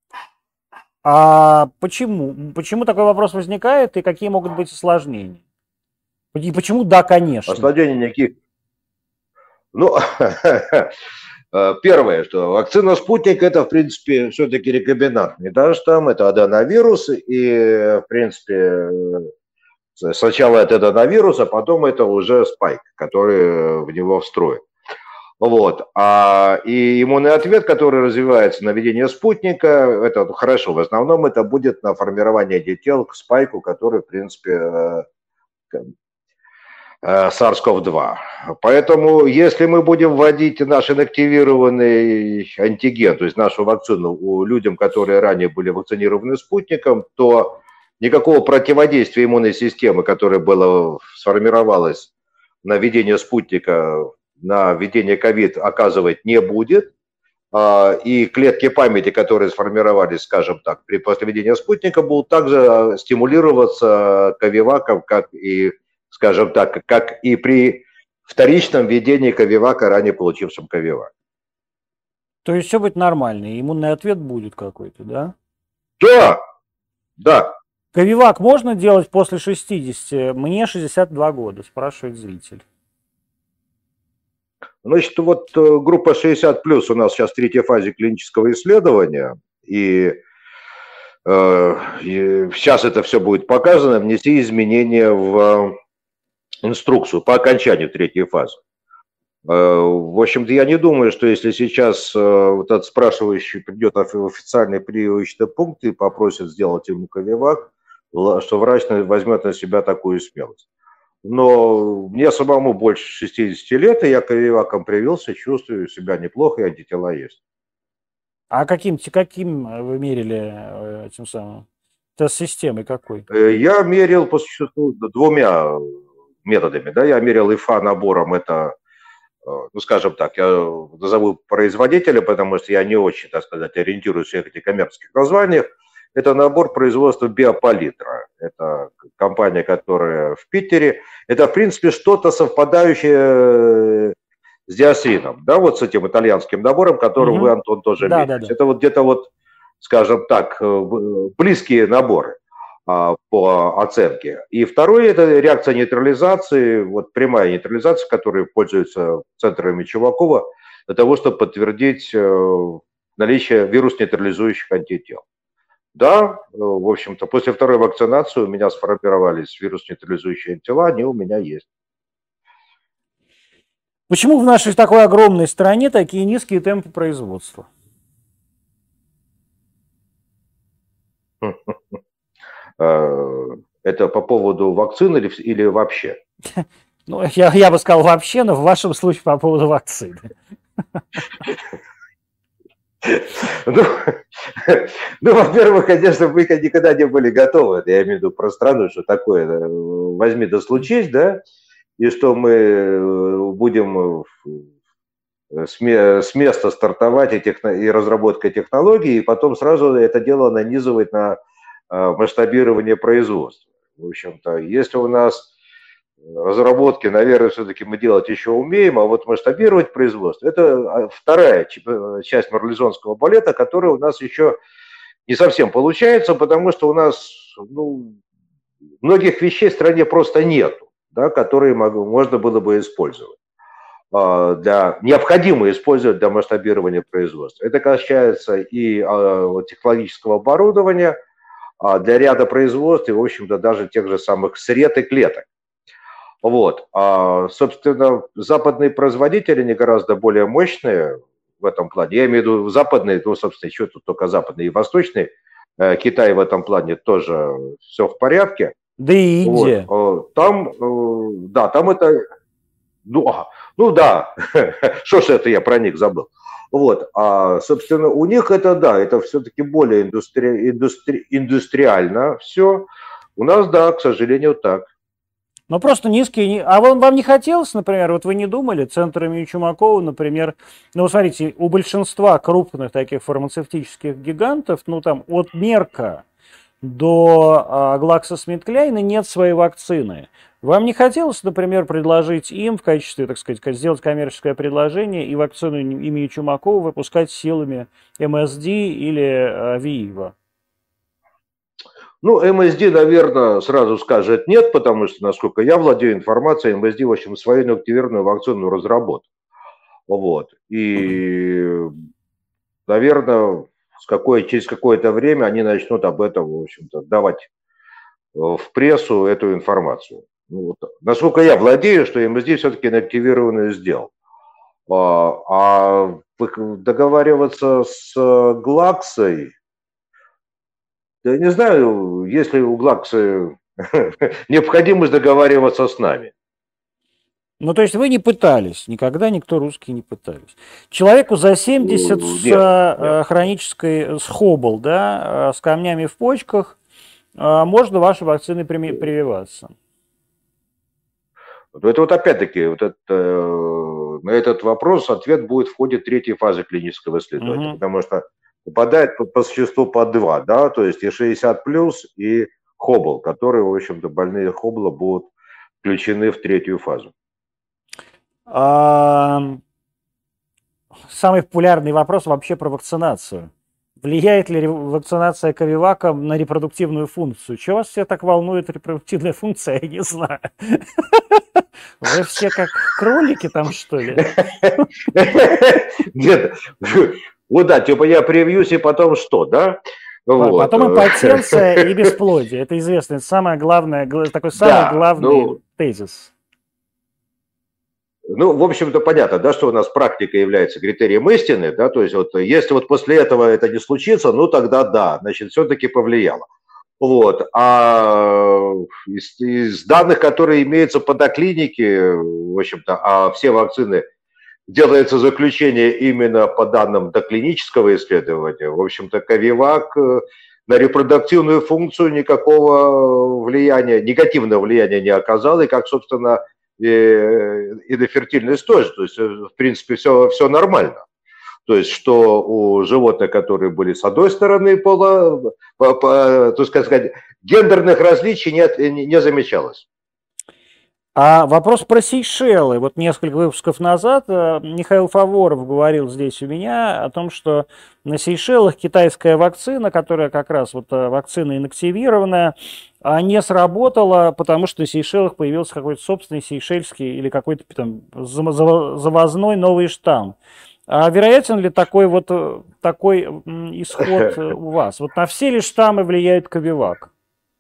А почему? Почему такой вопрос возникает и какие могут быть осложнения? И почему да, конечно? Осложнений никаких. Ну, первое, что вакцина «Спутник» – это, в принципе, все-таки рекомбинантный да, штамм, это аденовирус, и, в принципе, сначала это аденовирус, а потом это уже спайк, который в него встроен. Вот. А, и иммунный ответ, который развивается на введение спутника, это хорошо, в основном это будет на формирование антител к спайку, который, в принципе, сарс ков два. Поэтому, если мы будем вводить наш инактивированный антиген, то есть нашу вакцину у людям, которые ранее были вакцинированы спутником, то никакого противодействия иммунной системы, которое было сформировалось на введение спутника, на введение ковид, оказывать не будет. И клетки памяти, которые сформировались, скажем так, при после введения спутника, будут также стимулироваться ковиваком, как и скажем так, как и при вторичном введении ковивака, ранее получившим ковивак. То есть все будет нормально, иммунный ответ будет какой-то, да? Да, да. Ковивак можно делать после шестидесяти? Мне шестьдесят два года, спрашивает зритель. Значит, вот группа шестьдесят плюс у нас сейчас в третьей фазе клинического исследования, и э, и сейчас это все будет показано, внеси изменения в инструкцию по окончанию третьей фазы. В общем-то, я не думаю, что если сейчас вот этот спрашивающий придет в официальный прививочный пункт и попросит сделать ему ковивак, что врач возьмет на себя такую смелость. Но мне самому больше шестидесяти лет, и я к прививакам привился, чувствую себя неплохо, и антитела есть. А каким, каким вы мерили этим самым? Тест-системой какой? Я мерил по существу двумя методами. Да? Я мерил ИФА набором, это, ну скажем так, я назову производителя, потому что я не очень, так сказать, ориентируюсь в всех этих коммерческих названиях. Это набор производства Биополитра. Это компания, которая в Питере. Это, в принципе, что-то совпадающее с диосрином, да, вот с этим итальянским набором, которым угу. вы, Антон, тоже да, мерились. Да, да. Это вот где-то вот, скажем так, близкие наборы а, по оценке. И второе – это реакция нейтрализации, вот прямая нейтрализация, которой пользуются центрами Чувакова, для того, чтобы подтвердить наличие вирус-нейтрализующих антител. Да, в общем-то, после второй вакцинации у меня сформировались вирус-нейтрализующие антитела, они у меня есть. Почему в нашей такой огромной стране такие низкие темпы производства? Это по поводу вакцин или, или вообще? Ну, я, я бы сказал вообще, но в вашем случае по поводу вакцины. Ну, ну, во-первых, конечно, мы никогда не были готовы, я имею в виду про страну, что такое, возьми да случись, да, и что мы будем с места стартовать и, техно, и разработка технологий, и потом сразу это дело нанизывать на масштабирование производства. В общем-то, если у нас разработки, наверное, все-таки мы делать еще умеем, а вот масштабировать производство – это вторая часть марлезонского балета, которая у нас еще не совсем получается, потому что у нас ну, многих вещей в стране просто нету, да, которые можно было бы использовать. Для, необходимо использовать для масштабирования производства. Это касается и технологического оборудования, для ряда производств и, в общем-то, даже тех же самых сред и клеток. Вот. А, собственно, западные производители, они гораздо более мощные в этом плане. Я имею в виду западные, ну, собственно, еще тут только западные и восточные. Китай в этом плане тоже все в порядке. Да и Индия. Вот. Там, да, там это... Ну, ну да, что ж это я про них забыл. Вот, а, собственно, у них это, да, это все-таки более индустри... Индустри... индустриально все. У нас, да, к сожалению, так. Ну, просто низкие... А вам, вам не хотелось, например, вот вы не думали, центр имени Чумакова, например, ну, смотрите, у большинства крупных таких фармацевтических гигантов, ну, там, от Мерка до а, GlaxoSmithKline нет своей вакцины. Вам не хотелось, например, предложить им в качестве, так сказать, сделать коммерческое предложение и вакцину имени Чумакова выпускать силами эм эс ди или а, Виива? Ну, эм эс ди, наверное, сразу скажет нет, потому что, насколько я владею информацией, эм эс ди, в общем, свою инактивированную вакцину разработал. Вот. И, наверное, с какой, через какое-то время они начнут об этом, в общем-то, давать в прессу эту информацию. Ну, вот. Насколько я владею, что эм эс ди все-таки инактивированную сделал. А, а договариваться с Глаксой, я не знаю, есть ли у Глаксы необходимость договариваться с нами. Ну, то есть вы не пытались, никогда никто русский не пытались. Человеку за семьдесят с нет, нет. хронической, с хобл, да, с камнями в почках, можно вашей вакцины прививаться. Это вот опять-таки, вот это, на этот вопрос ответ будет в ходе третьей фазы клинического исследования, угу. Потому что попадает по, по существу по два, да, то есть и шестьдесят плюс, и хобл, которые, в общем-то, больные хобла будут включены в третью фазу. А... Самый популярный вопрос вообще про вакцинацию. Влияет ли вакцинация Ковиваком на репродуктивную функцию? Чего вас все так волнует репродуктивная функция? Я не знаю. Вы все как кролики там, что ли? Нет, вот да, типа я привьюсь и потом что, да? Вот. Потом импотенция и бесплодие. Это известно, это самое главное, такой самый да, главный ну, тезис. Ну, в общем-то, понятно, да, что у нас практика является критерием истины, да, то есть вот если вот после этого это не случится, ну тогда да, значит, все-таки повлияло. Вот. А из, из данных, которые имеются по доклинике, в общем-то, а все вакцины делается заключение именно по данным доклинического исследования. В общем-то, Ковивак на репродуктивную функцию никакого влияния, негативного влияния не оказал, и как, собственно, и, и на фертильность тоже. То есть, в принципе, все, все нормально. То есть, что у животных, которые были с одной стороны пола, по, по, то сказать, гендерных различий не, не замечалось. А вопрос про Сейшелы. Вот несколько выпусков назад Михаил Фаворов говорил здесь у меня о том, что на Сейшелах китайская вакцина, которая как раз вот вакцина инактивированная, не сработала, потому что на Сейшелах появился какой-то собственный сейшельский или какой-то там завозной новый штамм. А вероятен ли такой вот такой исход у вас? Вот на все ли штаммы влияет Ковивак?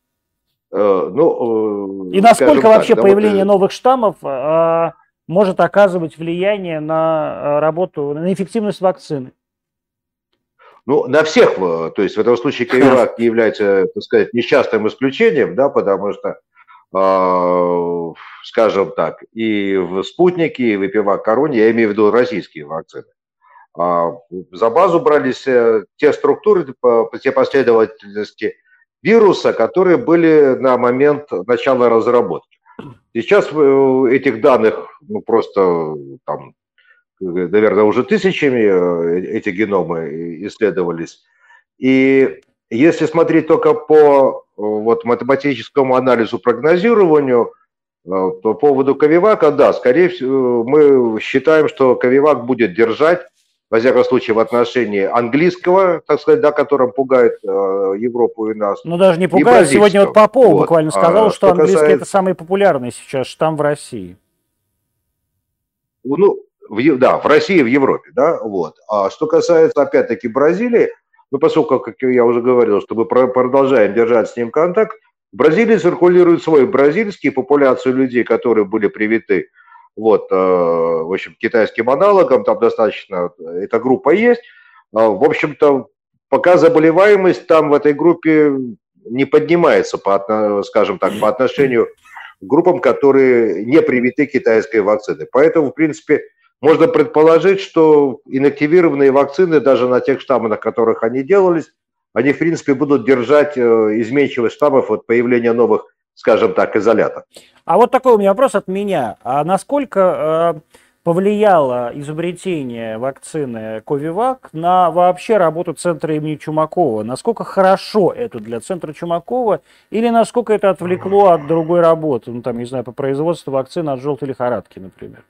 Ну, и насколько вообще так, появление да, вот... новых штаммов а, может оказывать влияние на работу, на эффективность вакцины? Ну, на всех, то есть в этом случае Ковивак не является, так сказать, несчастным исключением, да, потому что, э, скажем так, и в «Спутнике», и в «Эпивак Короне», я имею в виду российские вакцины, а за базу брались те структуры, те последовательности вируса, которые были на момент начала разработки. Сейчас этих данных, ну, просто там, наверное, уже тысячами эти геномы исследовались. И если смотреть только по вот, математическому анализу, прогнозированию, по поводу Ковивака, да, скорее всего, мы считаем, что Ковивак будет держать, во всяком случае, в отношении английского, так сказать, да, которым пугает э, Европу и нас. Ну, даже не пугает. Сегодня вот Попов вот. буквально сказал, а, что, что английский касается... это самый популярный сейчас штамм в России. Ну, в, да, в России и в Европе, да, вот. А что касается, опять-таки, Бразилии, ну, поскольку, как я уже говорил, что мы продолжаем держать с ним контакт, в Бразилии циркулирует свой бразильский, популяцию людей, которые были привиты вот, в общем, китайским аналогом, там достаточно, эта группа есть. В общем-то, пока заболеваемость там в этой группе не поднимается, по, скажем так, по отношению к группам, которые не привиты китайской вакциной. Поэтому, в принципе, можно предположить, что инактивированные вакцины, даже на тех штаммах, на которых они делались, они, в принципе, будут держать изменчивость штаммов от появления новых, скажем так, изолятов. А вот такой у меня вопрос от меня. А насколько э, повлияло изобретение вакцины Ковивак на вообще работу центра имени Чумакова? Насколько хорошо это для центра Чумакова или насколько это отвлекло от другой работы? Ну, там, не знаю, по производству вакцины от желтой лихорадки, например.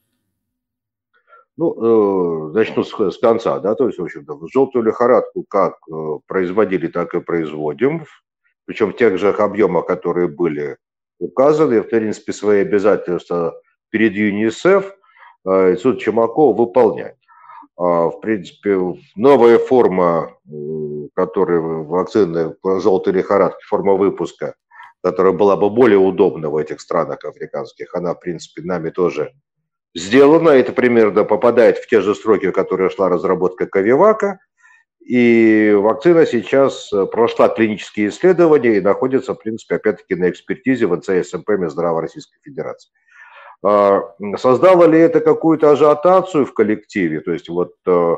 Ну, э, начну с, с конца, да, то есть, в общем-то, желтую лихорадку как э, производили, так и производим, причем в тех же объемах, которые были указаны, в принципе, свои обязательства перед ЮНИСЕФ Институт Чумакова выполняет. В принципе, новая форма, которая вакцины желтой лихорадки, форма выпуска, которая была бы более удобна в этих странах африканских, она, в принципе, нами тоже сделана. Это примерно попадает в те же сроки, в которые шла разработка Ковивака. И вакцина сейчас прошла клинические исследования и находится, в принципе, опять-таки на экспертизе в эн цэ эс эм пэ Минздрава Российской Федерации. Создало ли это какую-то ажиотацию в коллективе? То есть вот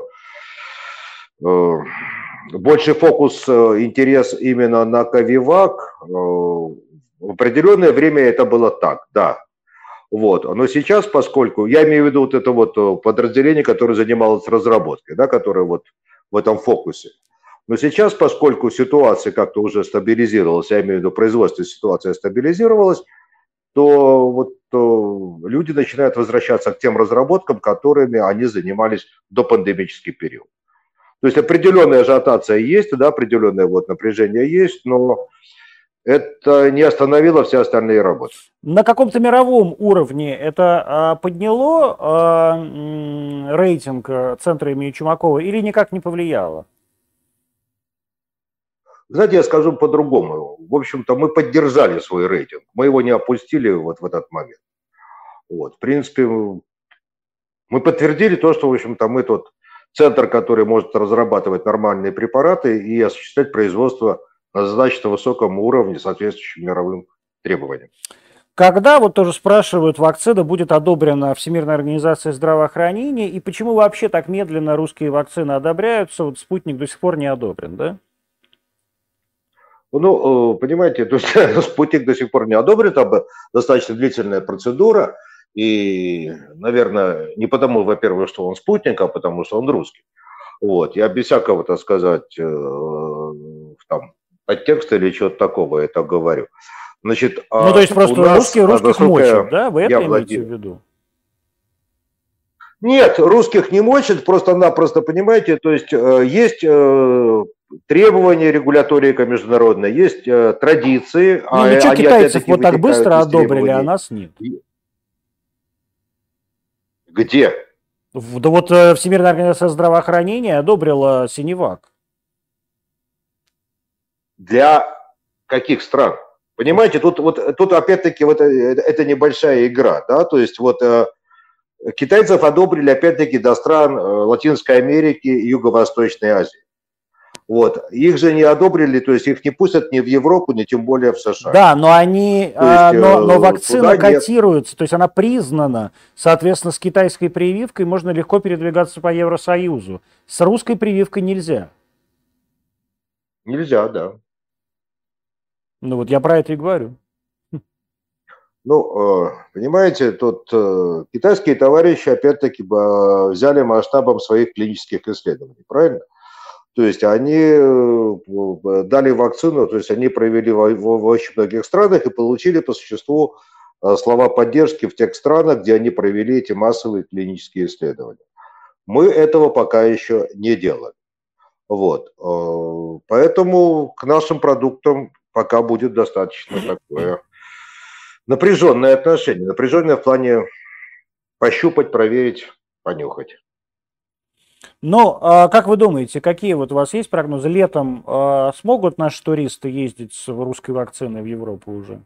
больший фокус, интерес именно на Ковивак. В определенное время это было так, да. Вот. Но сейчас, поскольку, я имею в виду вот это вот подразделение, которое занималось разработкой, да, которое вот в этом фокусе. Но сейчас, поскольку ситуация как-то уже стабилизировалась, я имею в виду производственная ситуация стабилизировалась, то вот то люди начинают возвращаться к тем разработкам, которыми они занимались до пандемический период. То есть определенная ажиотация есть, да, определенное вот напряжение есть, но это не остановило все остальные работы. На каком-то мировом уровне это а, подняло а, м, рейтинг центра имени Чумакова или никак не повлияло? Знаете, я скажу по-другому. В общем-то, мы поддержали свой рейтинг. Мы его не опустили вот в этот момент. Вот. В принципе, мы подтвердили то, что, в общем-то, мы тот центр, который может разрабатывать нормальные препараты и осуществлять производство на достаточно высоком уровне, соответствующим мировым требованиям. Когда, вот тоже спрашивают, вакцина будет одобрена Всемирной организацией здравоохранения, и почему вообще так медленно русские вакцины одобряются, вот «Спутник» до сих пор не одобрен, да? Ну, понимаете, то есть «Спутник» до сих пор не одобрен, там достаточно длительная процедура, и, наверное, не потому, во-первых, что он «Спутник», а потому, что он русский. Вот, я без всякого, так сказать, там, подтекста или чего-то такого это говорю. Значит, ну, то есть просто нас, русские русских мочат, да? Вы это владею. имеете в виду? Нет, русских не мочат, просто-напросто, понимаете, то есть есть требования регуляторика международной, есть традиции. Ну, а ничего, китайцев вот так быстро одобрили, а нас нет. Где? Да вот Всемирная организация здравоохранения одобрила Синевак. Для каких стран? Понимаете, тут, вот, тут опять-таки вот это небольшая игра, да, то есть вот китайцев одобрили опять-таки до стран Латинской Америки и Юго-Восточной Азии. Вот. Их же не одобрили, то есть их не пустят ни в Европу, ни тем более в США. Да, но они, а, есть, но, но вакцина котируется, нет. То есть она признана, соответственно, с китайской прививкой можно легко передвигаться по Евросоюзу. С русской прививкой нельзя. Нельзя, да. Ну вот я про это и говорю. Ну, понимаете, тут китайские товарищи опять-таки взяли масштабом своих клинических исследований, правильно? То есть они дали вакцину, то есть они провели в, в, в очень многих странах и получили по существу слова поддержки в тех странах, где они провели эти массовые клинические исследования. Мы этого пока еще не делали. Вот. Поэтому к нашим продуктам пока будет достаточно такое напряженное отношение. Напряженное в плане пощупать, проверить, понюхать. Ну, а как вы думаете, какие вот у вас есть прогнозы? Летом а, смогут наши туристы ездить с русской вакциной в Европу уже?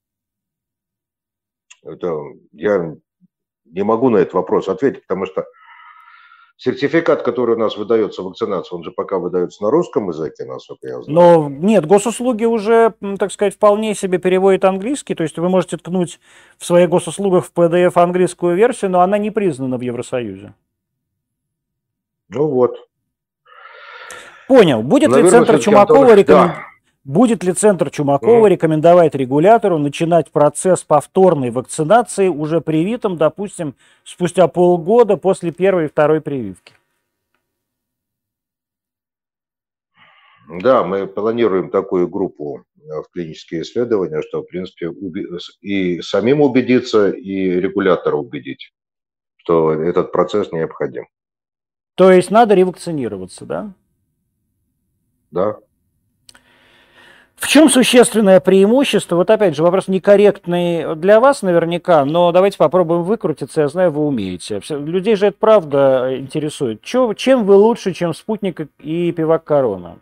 Это я не могу на этот вопрос ответить, потому что сертификат, который у нас выдается вакцинация, он же пока выдается на русском языке, насколько я знаю. Но нет, госуслуги уже, так сказать, вполне себе переводят английский, то есть вы можете ткнуть в своих госуслугах в пи ди эф английскую версию, но она не признана в Евросоюзе. Ну вот. Понял. Будет Наверное, ли центр Чумакова рекомен... да. Будет ли центр Чумакова mm-hmm. рекомендовать регулятору начинать процесс повторной вакцинации уже привитым, допустим, спустя полгода после первой и второй прививки? Да, мы планируем такую группу в клинические исследования, что, в принципе, и самим убедиться, и регулятора убедить, что этот процесс необходим. То есть надо ревакцинироваться, да? Да. В чем существенное преимущество? Вот опять же, вопрос некорректный для вас наверняка, но давайте попробуем выкрутиться, я знаю, вы умеете. Людей же это правда интересует. Че, чем вы лучше, чем «Спутник» и «Пивак Корона»?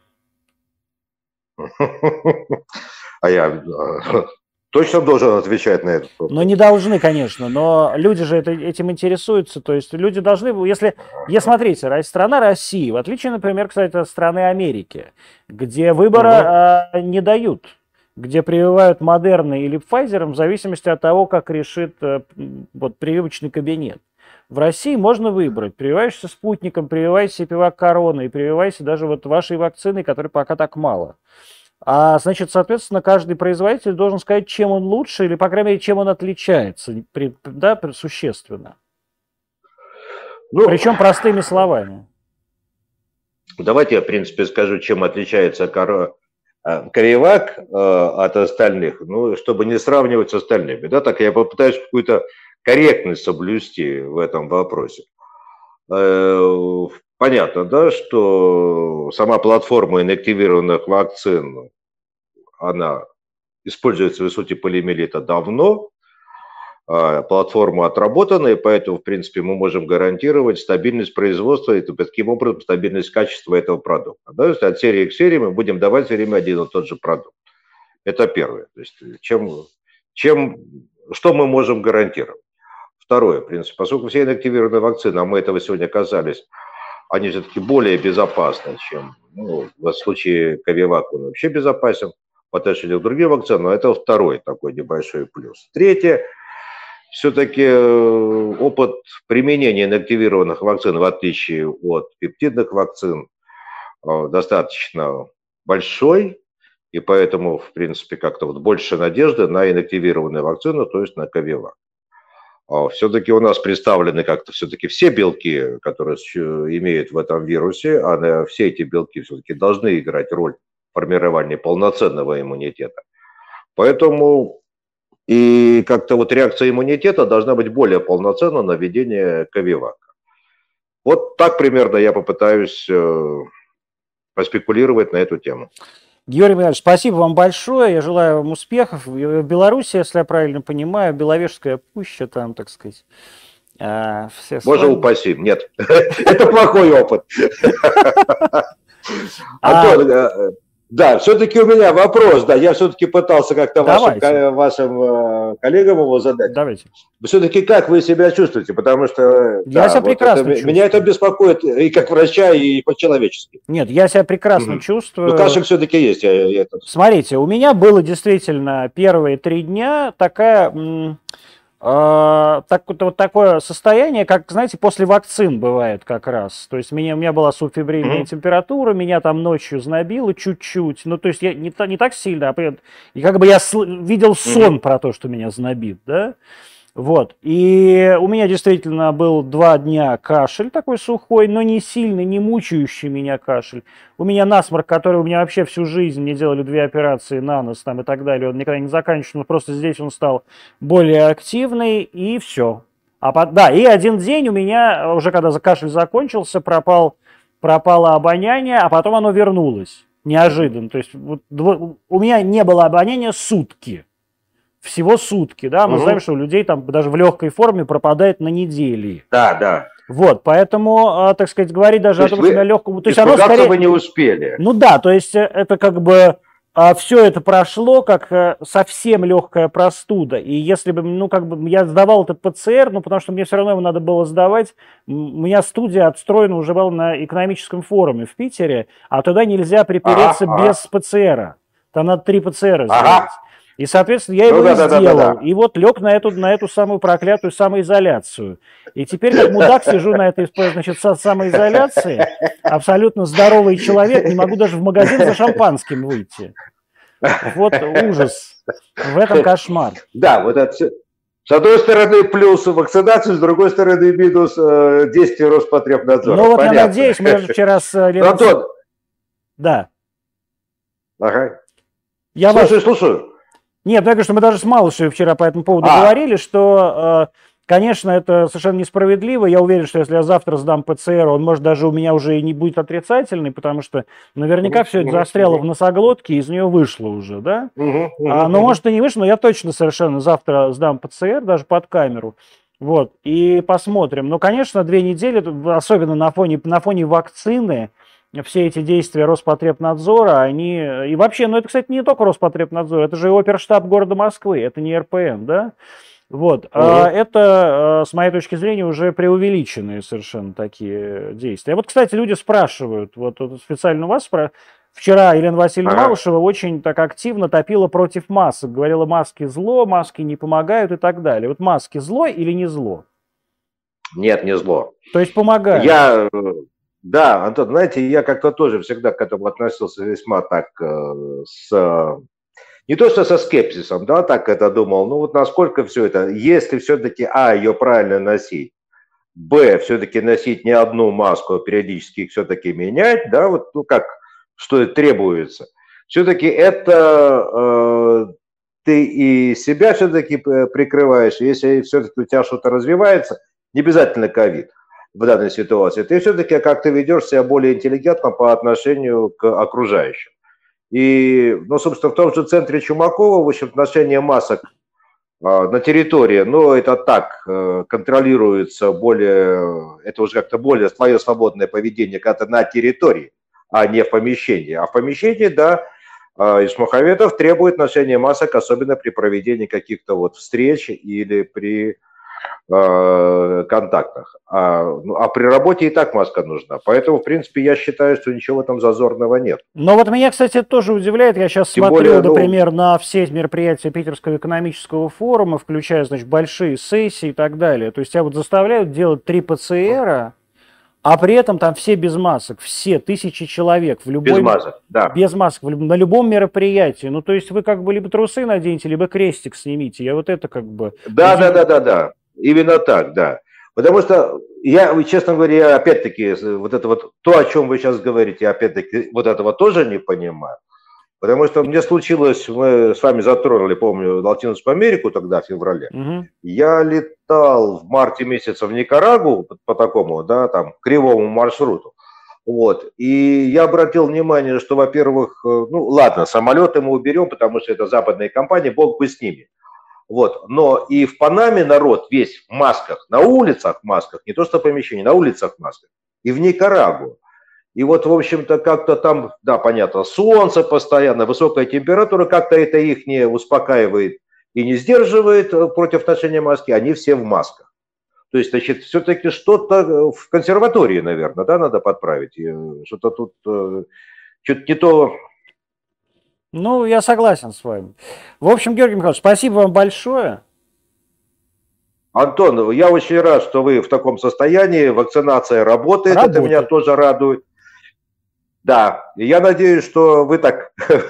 А я точно должен отвечать на это? Ну, не должны, конечно, но люди же это, этим интересуются. То есть люди должны, если, если смотрите, страна России, в отличие, например, кстати, от страны Америки, где выбора угу. а, не дают, где прививают Модерной или Pfizer в зависимости от того, как решит а, вот, прививочный кабинет. В России можно выбрать, прививаешься «Спутником», прививайся «Пивак Корона» и прививайся даже вот вашей вакциной, которой пока так мало. А значит, соответственно, каждый производитель должен сказать, чем он лучше, или, по крайней мере, чем он отличается, да, существенно. Ну, причем простыми словами. Давайте я, в принципе, скажу, чем отличается Прививак от остальных, ну, чтобы не сравнивать с остальными. Да, так я попытаюсь какую-то корректность соблюсти в этом вопросе. Понятно, да, что сама платформа инактивированных вакцин, она используется в институте полиомиелита давно, платформа отработана, и поэтому, в принципе, мы можем гарантировать стабильность производства и таким образом стабильность качества этого продукта. Да? То есть от серии к серии мы будем давать все время один и тот же продукт. Это первое. То есть чем, чем, что мы можем гарантировать? Второе, в принципе, поскольку все инактивированные вакцины, а мы этого сегодня касались, они все-таки более безопасны, чем, ну, в случае Ковивак он вообще безопасен по отношению к другим вакцинам, но это второй такой небольшой плюс. Третье, все-таки опыт применения инактивированных вакцин, в отличие от пептидных вакцин, достаточно большой, и поэтому, в принципе, как-то вот больше надежды на инактивированную вакцину, то есть на Ковивак. Все-таки у нас представлены как-то все-таки все белки, которые имеют в этом вирусе, а все эти белки все-таки должны играть роль формирования полноценного иммунитета. Поэтому и как-то вот реакция иммунитета должна быть более полноценна на введение Ковивака. Вот так примерно я попытаюсь поспекулировать на эту тему. Георгий Михайлович, спасибо вам большое. Я желаю вам успехов. В Беларуси, если я правильно понимаю, Беловежская пуща там, так сказать. Все Боже упаси, нет. Это плохой опыт. Антон, да, все-таки у меня вопрос, да, я все-таки пытался как-то вашим, вашим коллегам его задать. Давайте. Все-таки как вы себя чувствуете, потому что я да, себя вот прекрасно это, чувствую. Меня это беспокоит и как врача, и по-человечески. Нет, я себя прекрасно угу. чувствую. Ну, кашель все-таки есть. Я, я это... Смотрите, у меня было действительно первые три дня такая... Uh, так, вот такое состояние, как, знаете, после вакцин бывает как раз. То есть меня, у меня была субфебрильная mm-hmm. температура, меня там ночью знобило чуть-чуть. Ну, то есть я не, не так сильно, а и как бы я видел сон mm-hmm. про то, что меня знобит, да. Вот. И у меня действительно был два дня кашель такой сухой, но не сильный, не мучающий меня кашель. У меня насморк, который у меня вообще всю жизнь, мне делали две операции на нос там и так далее, он никогда не заканчивался, но просто здесь он стал более активный, и все. А, да, и один день у меня, уже когда кашель закончился, пропал, пропало обоняние, а потом оно вернулось неожиданно. То есть вот, у меня не было обоняния сутки. Всего сутки, да, мы угу. знаем, что у людей там даже в легкой форме пропадает на недели. Да, да. Вот, поэтому, так сказать, говорить даже то о том, что на легком... То есть оно скорее... вы не успели. Ну да, то есть это как бы все это прошло как совсем легкая простуда. И если бы, ну как бы я сдавал этот ПЦР, ну потому что мне все равно его надо было сдавать, у меня студия отстроена уже была на экономическом форуме в Питере, а туда нельзя припереться ага, без ага. ПЦРа. Там надо три ПЦРа сделать. Ага. И, соответственно, я его ну, и да, сделал. Да, да, да. И вот лег на эту, на эту самую проклятую самоизоляцию. И теперь, как мудак, сижу на этой, значит, самоизоляции. Абсолютно здоровый человек. Не могу даже в магазин за шампанским выйти. Вот ужас. В этом кошмар. Да, вот это все. С одной стороны плюс вакцинации, с другой стороны минус э, действия Роспотребнадзора. Ну вот понятно. Я надеюсь, мы же вчера с Леной... Антон. Да. Ага. Я слушаю, вас... слушаю. Нет, я говорю, что мы даже с Малышевой вчера по этому поводу а. говорили, что, конечно, это совершенно несправедливо. Я уверен, что если я завтра сдам ПЦР, он, может, даже у меня уже и не будет отрицательный, потому что наверняка все это застряло в носоглотке, и из нее вышло уже, да? А, но, может, и не вышло, но я точно совершенно завтра сдам ПЦР, даже под камеру. Вот, и посмотрим. Но, конечно, две недели, особенно на фоне, на фоне вакцины, все эти действия Роспотребнадзора, они... И вообще, ну это, кстати, не только Роспотребнадзор, это же и оперштаб города Москвы, это не эр пэ эн, да? Вот. Угу. А это, с моей точки зрения, уже преувеличенные совершенно такие действия. Вот, кстати, люди спрашивают, вот, вот специально у вас спрашивают, вчера Елена Васильевна ага. Малышева очень так активно топила против масок, говорила, маски зло, маски не помогают и так далее. Вот маски зло или не зло? Нет, не зло. То есть помогают? Я... Да, Антон, знаете, я как-то тоже всегда к этому относился весьма так э, с... Не то, что со скепсисом, да, так это думал, ну вот насколько все это, если все-таки, а, ее правильно носить, б, все-таки носить не одну маску, а периодически их все-таки менять, да, вот, ну как, что требуется, все-таки это э, ты и себя все-таки прикрываешь, если все-таки у тебя что-то развивается, не обязательно ковид. В данной ситуации, ты все-таки как-то ведешь себя более интеллигентно по отношению к окружающим. И, ну, собственно, в том же центре Чумакова, в общем, ношение масок а, на территории, ну, это так, а, контролируется более, это уже как-то более свое свободное поведение как-то на территории, а не в помещении. А в помещении, да, а, из Мухаметов требует ношения масок, особенно при проведении каких-то вот встреч или при э, контактах. А, ну, а при работе и так маска нужна. Поэтому, в принципе, я считаю, что ничего там зазорного нет. Но вот меня, кстати, это тоже удивляет. Я сейчас Тем смотрю, более, ну, например, на все мероприятия Питерского экономического форума, включая, значит, большие сессии и так далее. То есть тебя вот заставляют делать три ПЦРа, а при этом там все без масок, все тысячи человек в любой... без масок, да. Без масок, в люб- на любом мероприятии. Ну, то есть вы как бы либо трусы наденете, либо крестик снимите. Я вот это как бы... Да, да, да, да, да. Именно так, да. Потому что я, честно говоря, я опять-таки, вот это вот, то, о чем вы сейчас говорите, опять-таки, вот этого тоже не понимаю. Потому что мне случилось, мы с вами затронули, помню, Латинскую Америку тогда, в феврале. Угу. Я летал в марте месяце в Никарагуа по, по такому, да, там, кривому маршруту. Вот. И я обратил внимание, что, во-первых, ну ладно, самолеты мы уберем, потому что это западные компании, бог бы с ними. Вот. Но и в Панаме народ весь в масках, на улицах в масках, не то что в помещении, на улицах в масках. И в Никарагуа. И вот, в общем-то, как-то там, да, понятно, солнце постоянно, высокая температура, как-то это их не успокаивает и не сдерживает против ношения маски, они все в масках. То есть, значит, все-таки что-то в консерватории, наверное, да, надо подправить. Что-то тут, что-то не то. Ну, я согласен с вами. В общем, Георгий Михайлович, спасибо вам большое. Антон, я очень рад, что вы в таком состоянии, вакцинация работает, работает. Это меня тоже радует. Да, и я надеюсь, что вы так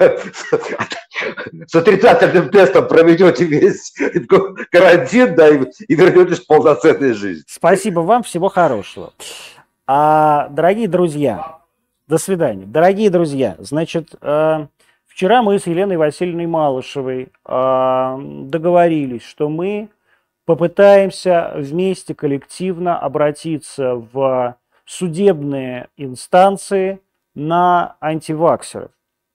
с отрицательным тестом проведете весь карантин, да, и, и вернетесь к полноценной жизни. Спасибо вам, всего хорошего. А, дорогие друзья, до свидания. Дорогие друзья, значит, э, вчера мы с Еленой Васильевной Малышевой э, договорились, что мы попытаемся вместе коллективно обратиться в судебные инстанции на антиваксеров.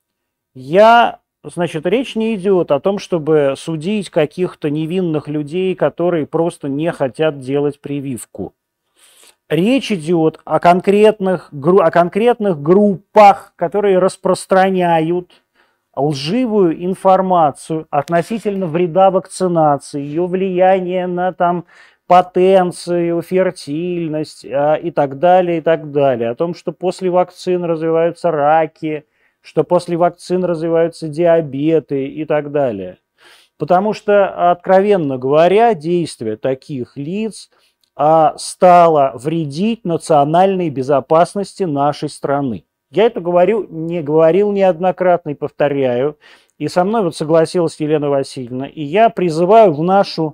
Я, значит, речь не идет о том, чтобы судить каких-то невинных людей, которые просто не хотят делать прививку. Речь идет о конкретных, о конкретных группах, которые распространяют лживую информацию относительно вреда вакцинации, ее влияния на там потенцию, фертильность а, и так далее, и так далее. О том, что после вакцин развиваются раки, что после вакцин развиваются диабеты и так далее. Потому что, откровенно говоря, действие таких лиц а, стало вредить национальной безопасности нашей страны. Я это говорю, не говорил неоднократно и повторяю. И со мной вот согласилась Елена Васильевна. И я призываю в нашу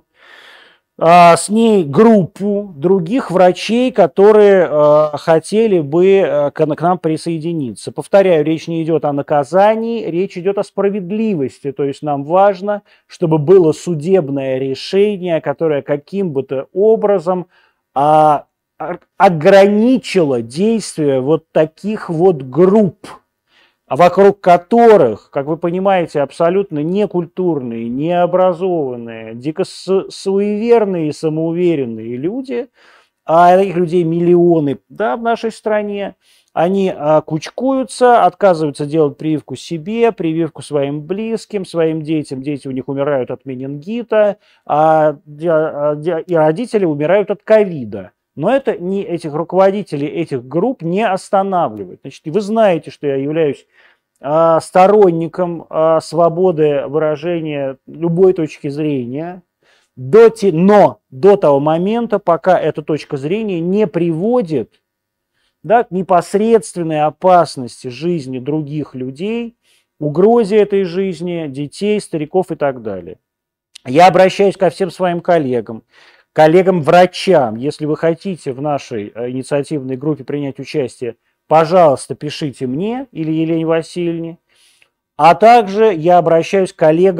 с ней группу других врачей, которые э, хотели бы э, к, к нам присоединиться. Повторяю, речь не идет о наказании, речь идет о справедливости. То есть нам важно, чтобы было судебное решение, которое каким бы то образом э, ограничило действие вот таких вот групп, вокруг которых, как вы понимаете, абсолютно некультурные, необразованные, дико суеверные и самоуверенные люди, а таких людей миллионы, да, в нашей стране, они а, кучкуются, отказываются делать прививку себе, прививку своим близким, своим детям. Дети у них умирают от менингита, а, а, и родители умирают от ковида. Но это не этих руководителей этих групп не останавливает. Значит, вы знаете, что я являюсь а, сторонником а, свободы выражения любой точки зрения, до те, но до того момента, пока эта точка зрения не приводит, да, к непосредственной опасности жизни других людей, угрозе этой жизни, детей, стариков и так далее. Я обращаюсь ко всем своим коллегам, коллегам-врачам, если вы хотите в нашей инициативной группе принять участие, пожалуйста, пишите мне или Елене Васильевне. А также я обращаюсь к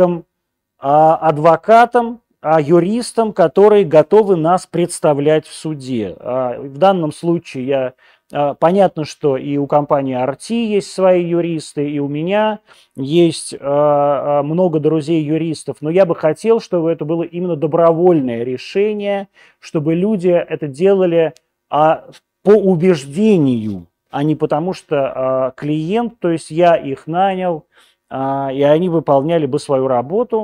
коллегам-адвокатам, юристам, которые готовы нас представлять в суде. В данном случае я... Понятно, что и у компании Арти есть свои юристы, и у меня есть э, много друзей-юристов, но я бы хотел, чтобы это было именно добровольное решение, чтобы люди это делали э, по убеждению, а не потому что э, клиент, то есть я их нанял, э, и они выполняли бы свою работу,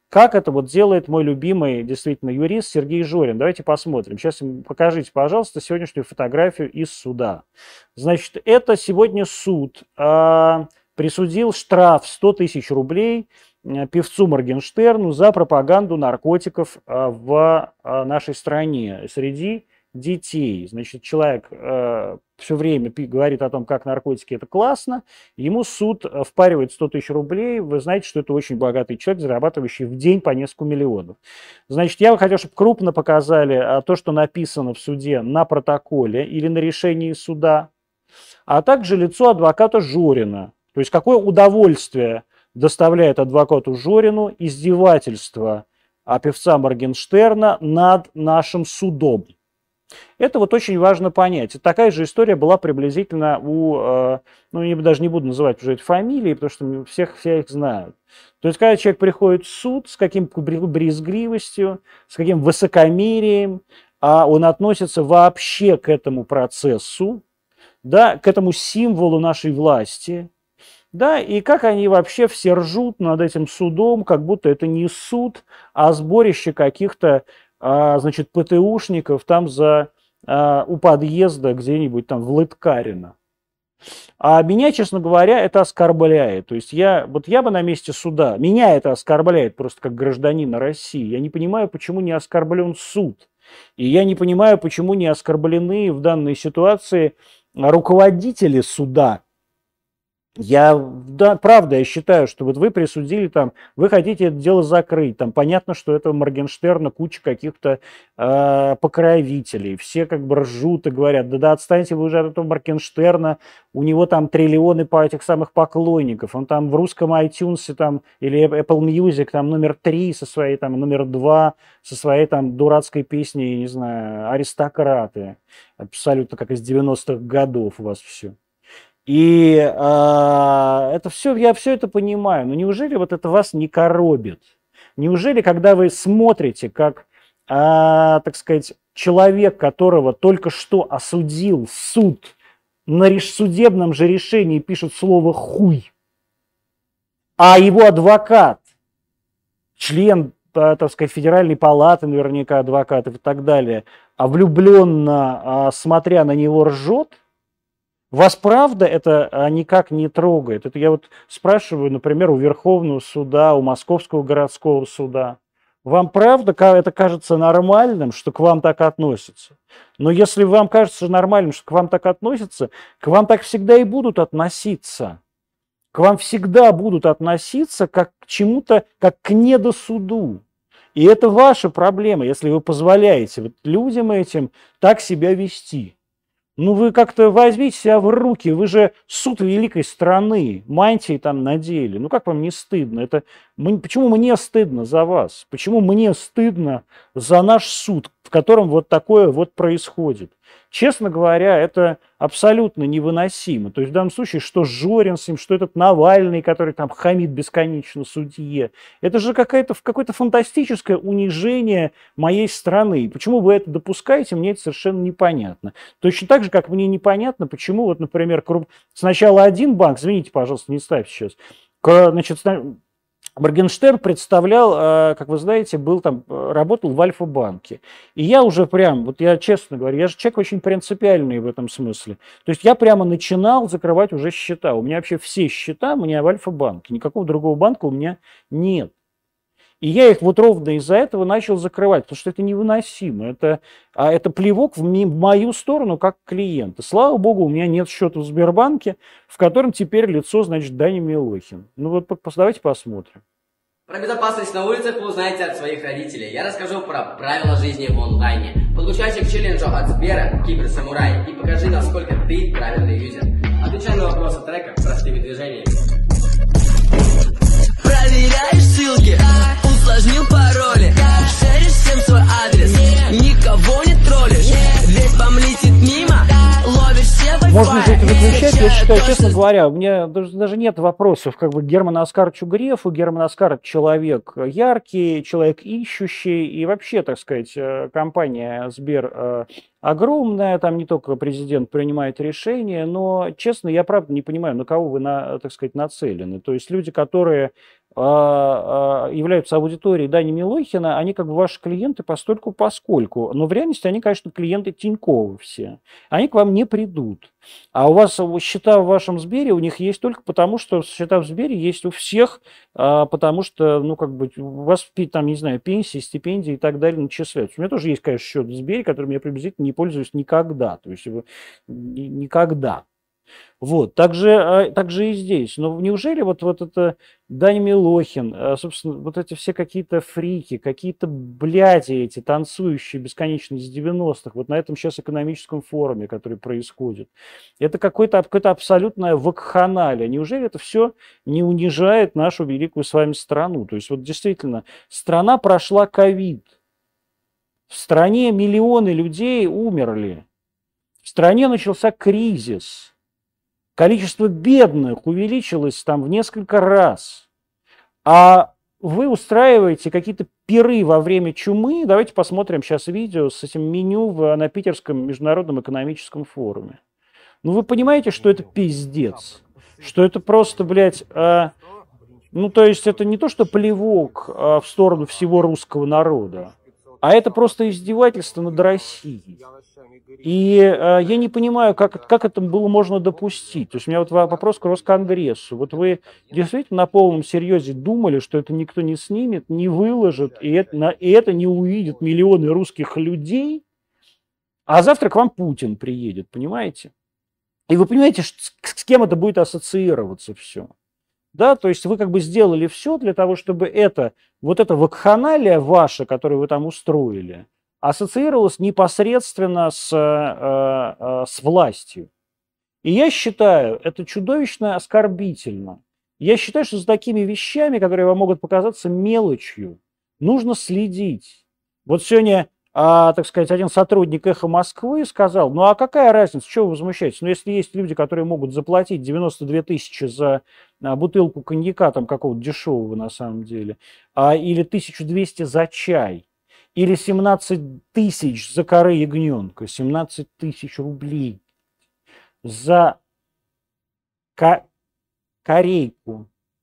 как это вот делает мой любимый действительно юрист Сергей Жорин. Давайте посмотрим. Сейчас покажите, пожалуйста, сегодняшнюю фотографию из суда. Значит, это сегодня суд э, присудил штраф сто тысяч рублей певцу Моргенштерну за пропаганду наркотиков э, в э, нашей стране среди детей. Значит, человек э, все время говорит о том, как наркотики это классно, ему суд впаривает сто тысяч рублей, вы знаете, что это очень богатый человек, зарабатывающий в день по несколько миллионов. Значит, я бы хотел, чтобы крупно показали то, что написано в суде на протоколе или на решении суда, а также лицо адвоката Жорина. То есть какое удовольствие доставляет адвокату Жорину издевательство певца Моргенштерна над нашим судом. Это вот очень важно понять. Такая же история была приблизительно у, ну, я даже не буду называть уже эти фамилии, потому что всех, все их знают. То есть, когда человек приходит в суд с каким-то брезгливостью, с каким высокомерием, а он относится вообще к этому процессу, да, к этому символу нашей власти, да, и как они вообще все ржут над этим судом, как будто это не суд, а сборище каких-то А, значит, ПТУшников там за, а, у подъезда где-нибудь там в Лыткарино. А меня, честно говоря, это оскорбляет. То есть я, вот я бы на месте суда, меня это оскорбляет просто как гражданина России. Я не понимаю, почему не оскорблен суд. И я не понимаю, почему не оскорблены в данной ситуации руководители суда. Я, да, правда, я считаю, что вот вы присудили там, вы хотите это дело закрыть, там понятно, что этого Моргенштерна куча каких-то э, покровителей, все как бы ржут и говорят, да-да, отстаньте вы уже от этого Моргенштерна, у него там триллионы по этих самых поклонников, он там в русском iTunes там, или Apple Music там номер три со своей там, номер два со своей там дурацкой песней, не знаю, «Аристократы», абсолютно как из девяностых годов у вас все. И э, это все, я все это понимаю, но неужели вот это вас не коробит? Неужели, когда вы смотрите, как, э, так сказать, человек, которого только что осудил суд, на реш- судебном же решении пишет слово «хуй», а его адвокат, член, э, так сказать, Федеральной палаты, наверняка адвокатов и так далее, а влюбленно, э, смотря на него, ржет, вас правда это никак не трогает? Это я вот спрашиваю, например, у Верховного суда, у Московского городского суда. Вам правда это кажется нормальным, что к вам так относятся? Но если вам кажется нормальным, что к вам так относятся, к вам так всегда и будут относиться. К вам всегда будут относиться как к чему-то, как к недосуду. И это ваша проблема, если вы позволяете вот людям этим так себя вести. Ну, вы как-то возьмите себя в руки, вы же суд великой страны, мантии там надели. Ну, как вам не стыдно? Это, почему мне стыдно за вас? Почему мне стыдно за наш суд, в котором вот такое вот происходит? Честно говоря, это абсолютно невыносимо. То есть в данном случае, что Жорин с ним, что этот Навальный, который там хамит бесконечно судье, это же какое-то, какое-то фантастическое унижение моей страны. Почему вы это допускаете, мне это совершенно непонятно. Точно так же, как мне непонятно, почему, вот, например, сначала один банк, извините, пожалуйста, не ставьте сейчас, значит, Моргенштерн представлял, как вы знаете, был там, работал в Альфа-банке. И я уже прям, вот я честно говорю, я же человек очень принципиальный в этом смысле. То есть я прямо начинал закрывать уже счета. У меня вообще все счета у меня в Альфа-банке. Никакого другого банка у меня нет. И я их вот ровно из-за этого начал закрывать, потому что это невыносимо. Это, а это плевок в, ми, в мою сторону как клиента. Слава богу, у меня нет счета в Сбербанке, в котором теперь лицо, значит, Даня Милохин. Ну вот давайте посмотрим. Про безопасность на улицах вы узнаете от своих родителей. Я расскажу про правила жизни в онлайне. Подключайся к челленджу от Сбера «Киберсамурай» и покажи, насколько ты правильный юзер. Отвечай на вопросы трека простыми движениями. Проверяешь ссылки, усложнил пароли, шеришь всем свой адрес, никого не троллишь, весь спам летит мимо, ловишь все вайфай. Можно же это выключать, я считаю, честно говоря, у меня даже, даже нет вопросов как бы к Герману Оскаровичу Грефу. Герман Оскарович человек яркий, человек ищущий, и вообще, так сказать, компания Сбер огромная, там не только президент принимает решения, но, честно, я правда не понимаю, на кого вы, на, так сказать, нацелены. То есть люди, которые а, а, являются аудиторией Дани Милохина, они как бы ваши клиенты постольку поскольку. Но в реальности они, конечно, клиенты Тинькова все. Они к вам не придут. А у вас счета в вашем Сбере у них есть только потому, что счета в Сбере есть у всех, а, потому что, ну, как бы, у вас там, не знаю, пенсии, стипендии и так далее начисляются. У меня тоже есть, конечно, счет в Сбере, которым я приблизительно не пользуюсь никогда. То есть никогда. Вот, так же, так же и здесь. Но неужели вот, вот это Даня Милохин, собственно, вот эти все какие-то фрики, какие-то бляди эти танцующие бесконечно из девяностых, вот на этом сейчас экономическом форуме, который происходит, это какое-то какое-то абсолютное вакханалия. Неужели это все не унижает нашу великую с вами страну? То есть вот действительно, страна прошла ковид, в стране миллионы людей умерли, в стране начался кризис. Количество бедных увеличилось там в несколько раз. А вы устраиваете какие-то пиры во время чумы. Давайте посмотрим сейчас видео с этим меню в, на Питерском международном экономическом форуме. Ну вы понимаете, что это пиздец? Что это просто, блядь, а, ну то есть это не то, что плевок а, в сторону всего русского народа, а это просто издевательство над Россией. И э, я не понимаю, как, как это было можно допустить. То есть у меня вот вопрос к Росконгрессу. Вот вы действительно на полном серьезе думали, что это никто не снимет, не выложит, и это, и это не увидят миллионы русских людей, а завтра к вам Путин приедет, понимаете? И вы понимаете, с, с кем это будет ассоциироваться все. Да, то есть вы как бы сделали все для того, чтобы это, вот эта вакханалия ваша, которую вы там устроили, ассоциировалась непосредственно с, э, э, с властью. И я считаю, это чудовищно оскорбительно. Я считаю, что за такими вещами, которые вам могут показаться мелочью, нужно следить. Вот сегодня, а, так сказать, один сотрудник «Эхо Москвы» сказал, ну а какая разница, чего вы возмущаетесь? Ну если есть люди, которые могут заплатить девяносто две тысячи за а, бутылку коньяка, там какого-то дешевого на самом деле, а, или тысячу двести за чай, или семнадцать тысяч за коры ягненка, семнадцать тысяч рублей за ко- корейку,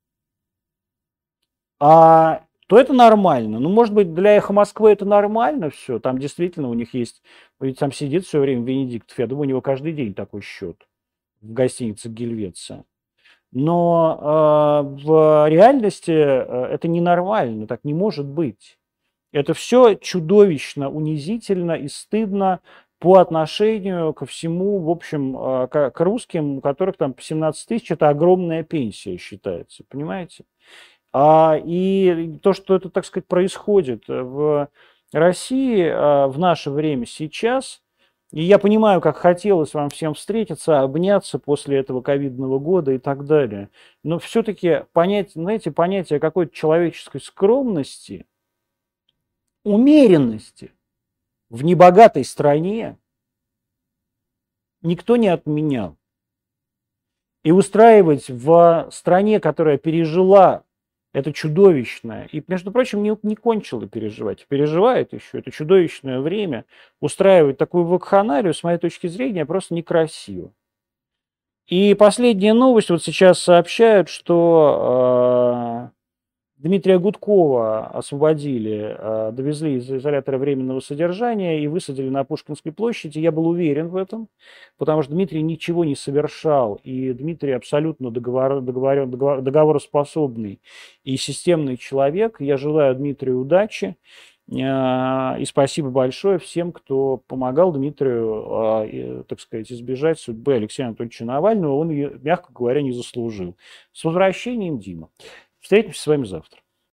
а, то это нормально. Ну, может быть, для «Эхо Москвы» это нормально все. Там действительно у них есть, ведь там сидит все время Венедиктов. Я думаю, у него каждый день такой счет в гостинице «Гельвеция». Но э, в реальности э, это ненормально, так не может быть. Это все чудовищно, унизительно и стыдно по отношению ко всему, в общем, к, к русским, у которых там семнадцать тысяч, это огромная пенсия считается, понимаете? А, и то, что это, так сказать, происходит в России в наше время сейчас, и я понимаю, как хотелось вам всем встретиться, обняться после этого ковидного года и так далее, но все-таки понятие, знаете, понятие какой-то человеческой скромности, умеренности в небогатой стране никто не отменял. И устраивать в стране, которая пережила это чудовищное, и, между прочим, не, не кончила переживать, переживает еще это чудовищное время, устраивать такую вакханалию, с моей точки зрения, просто некрасиво. И последняя новость, вот сейчас сообщают, что э, Дмитрия Гудкова освободили, довезли из изолятора временного содержания и высадили на Пушкинской площади. Я был уверен в этом, потому что Дмитрий ничего не совершал, и Дмитрий абсолютно договор, договор, договор, договороспособный и системный человек. Я желаю Дмитрию удачи, и спасибо большое всем, кто помогал Дмитрию, так сказать, избежать судьбы Алексея Анатольевича Навального. Он ее, мягко говоря, не заслужил. С возвращением, Дима. Встретимся с вами завтра.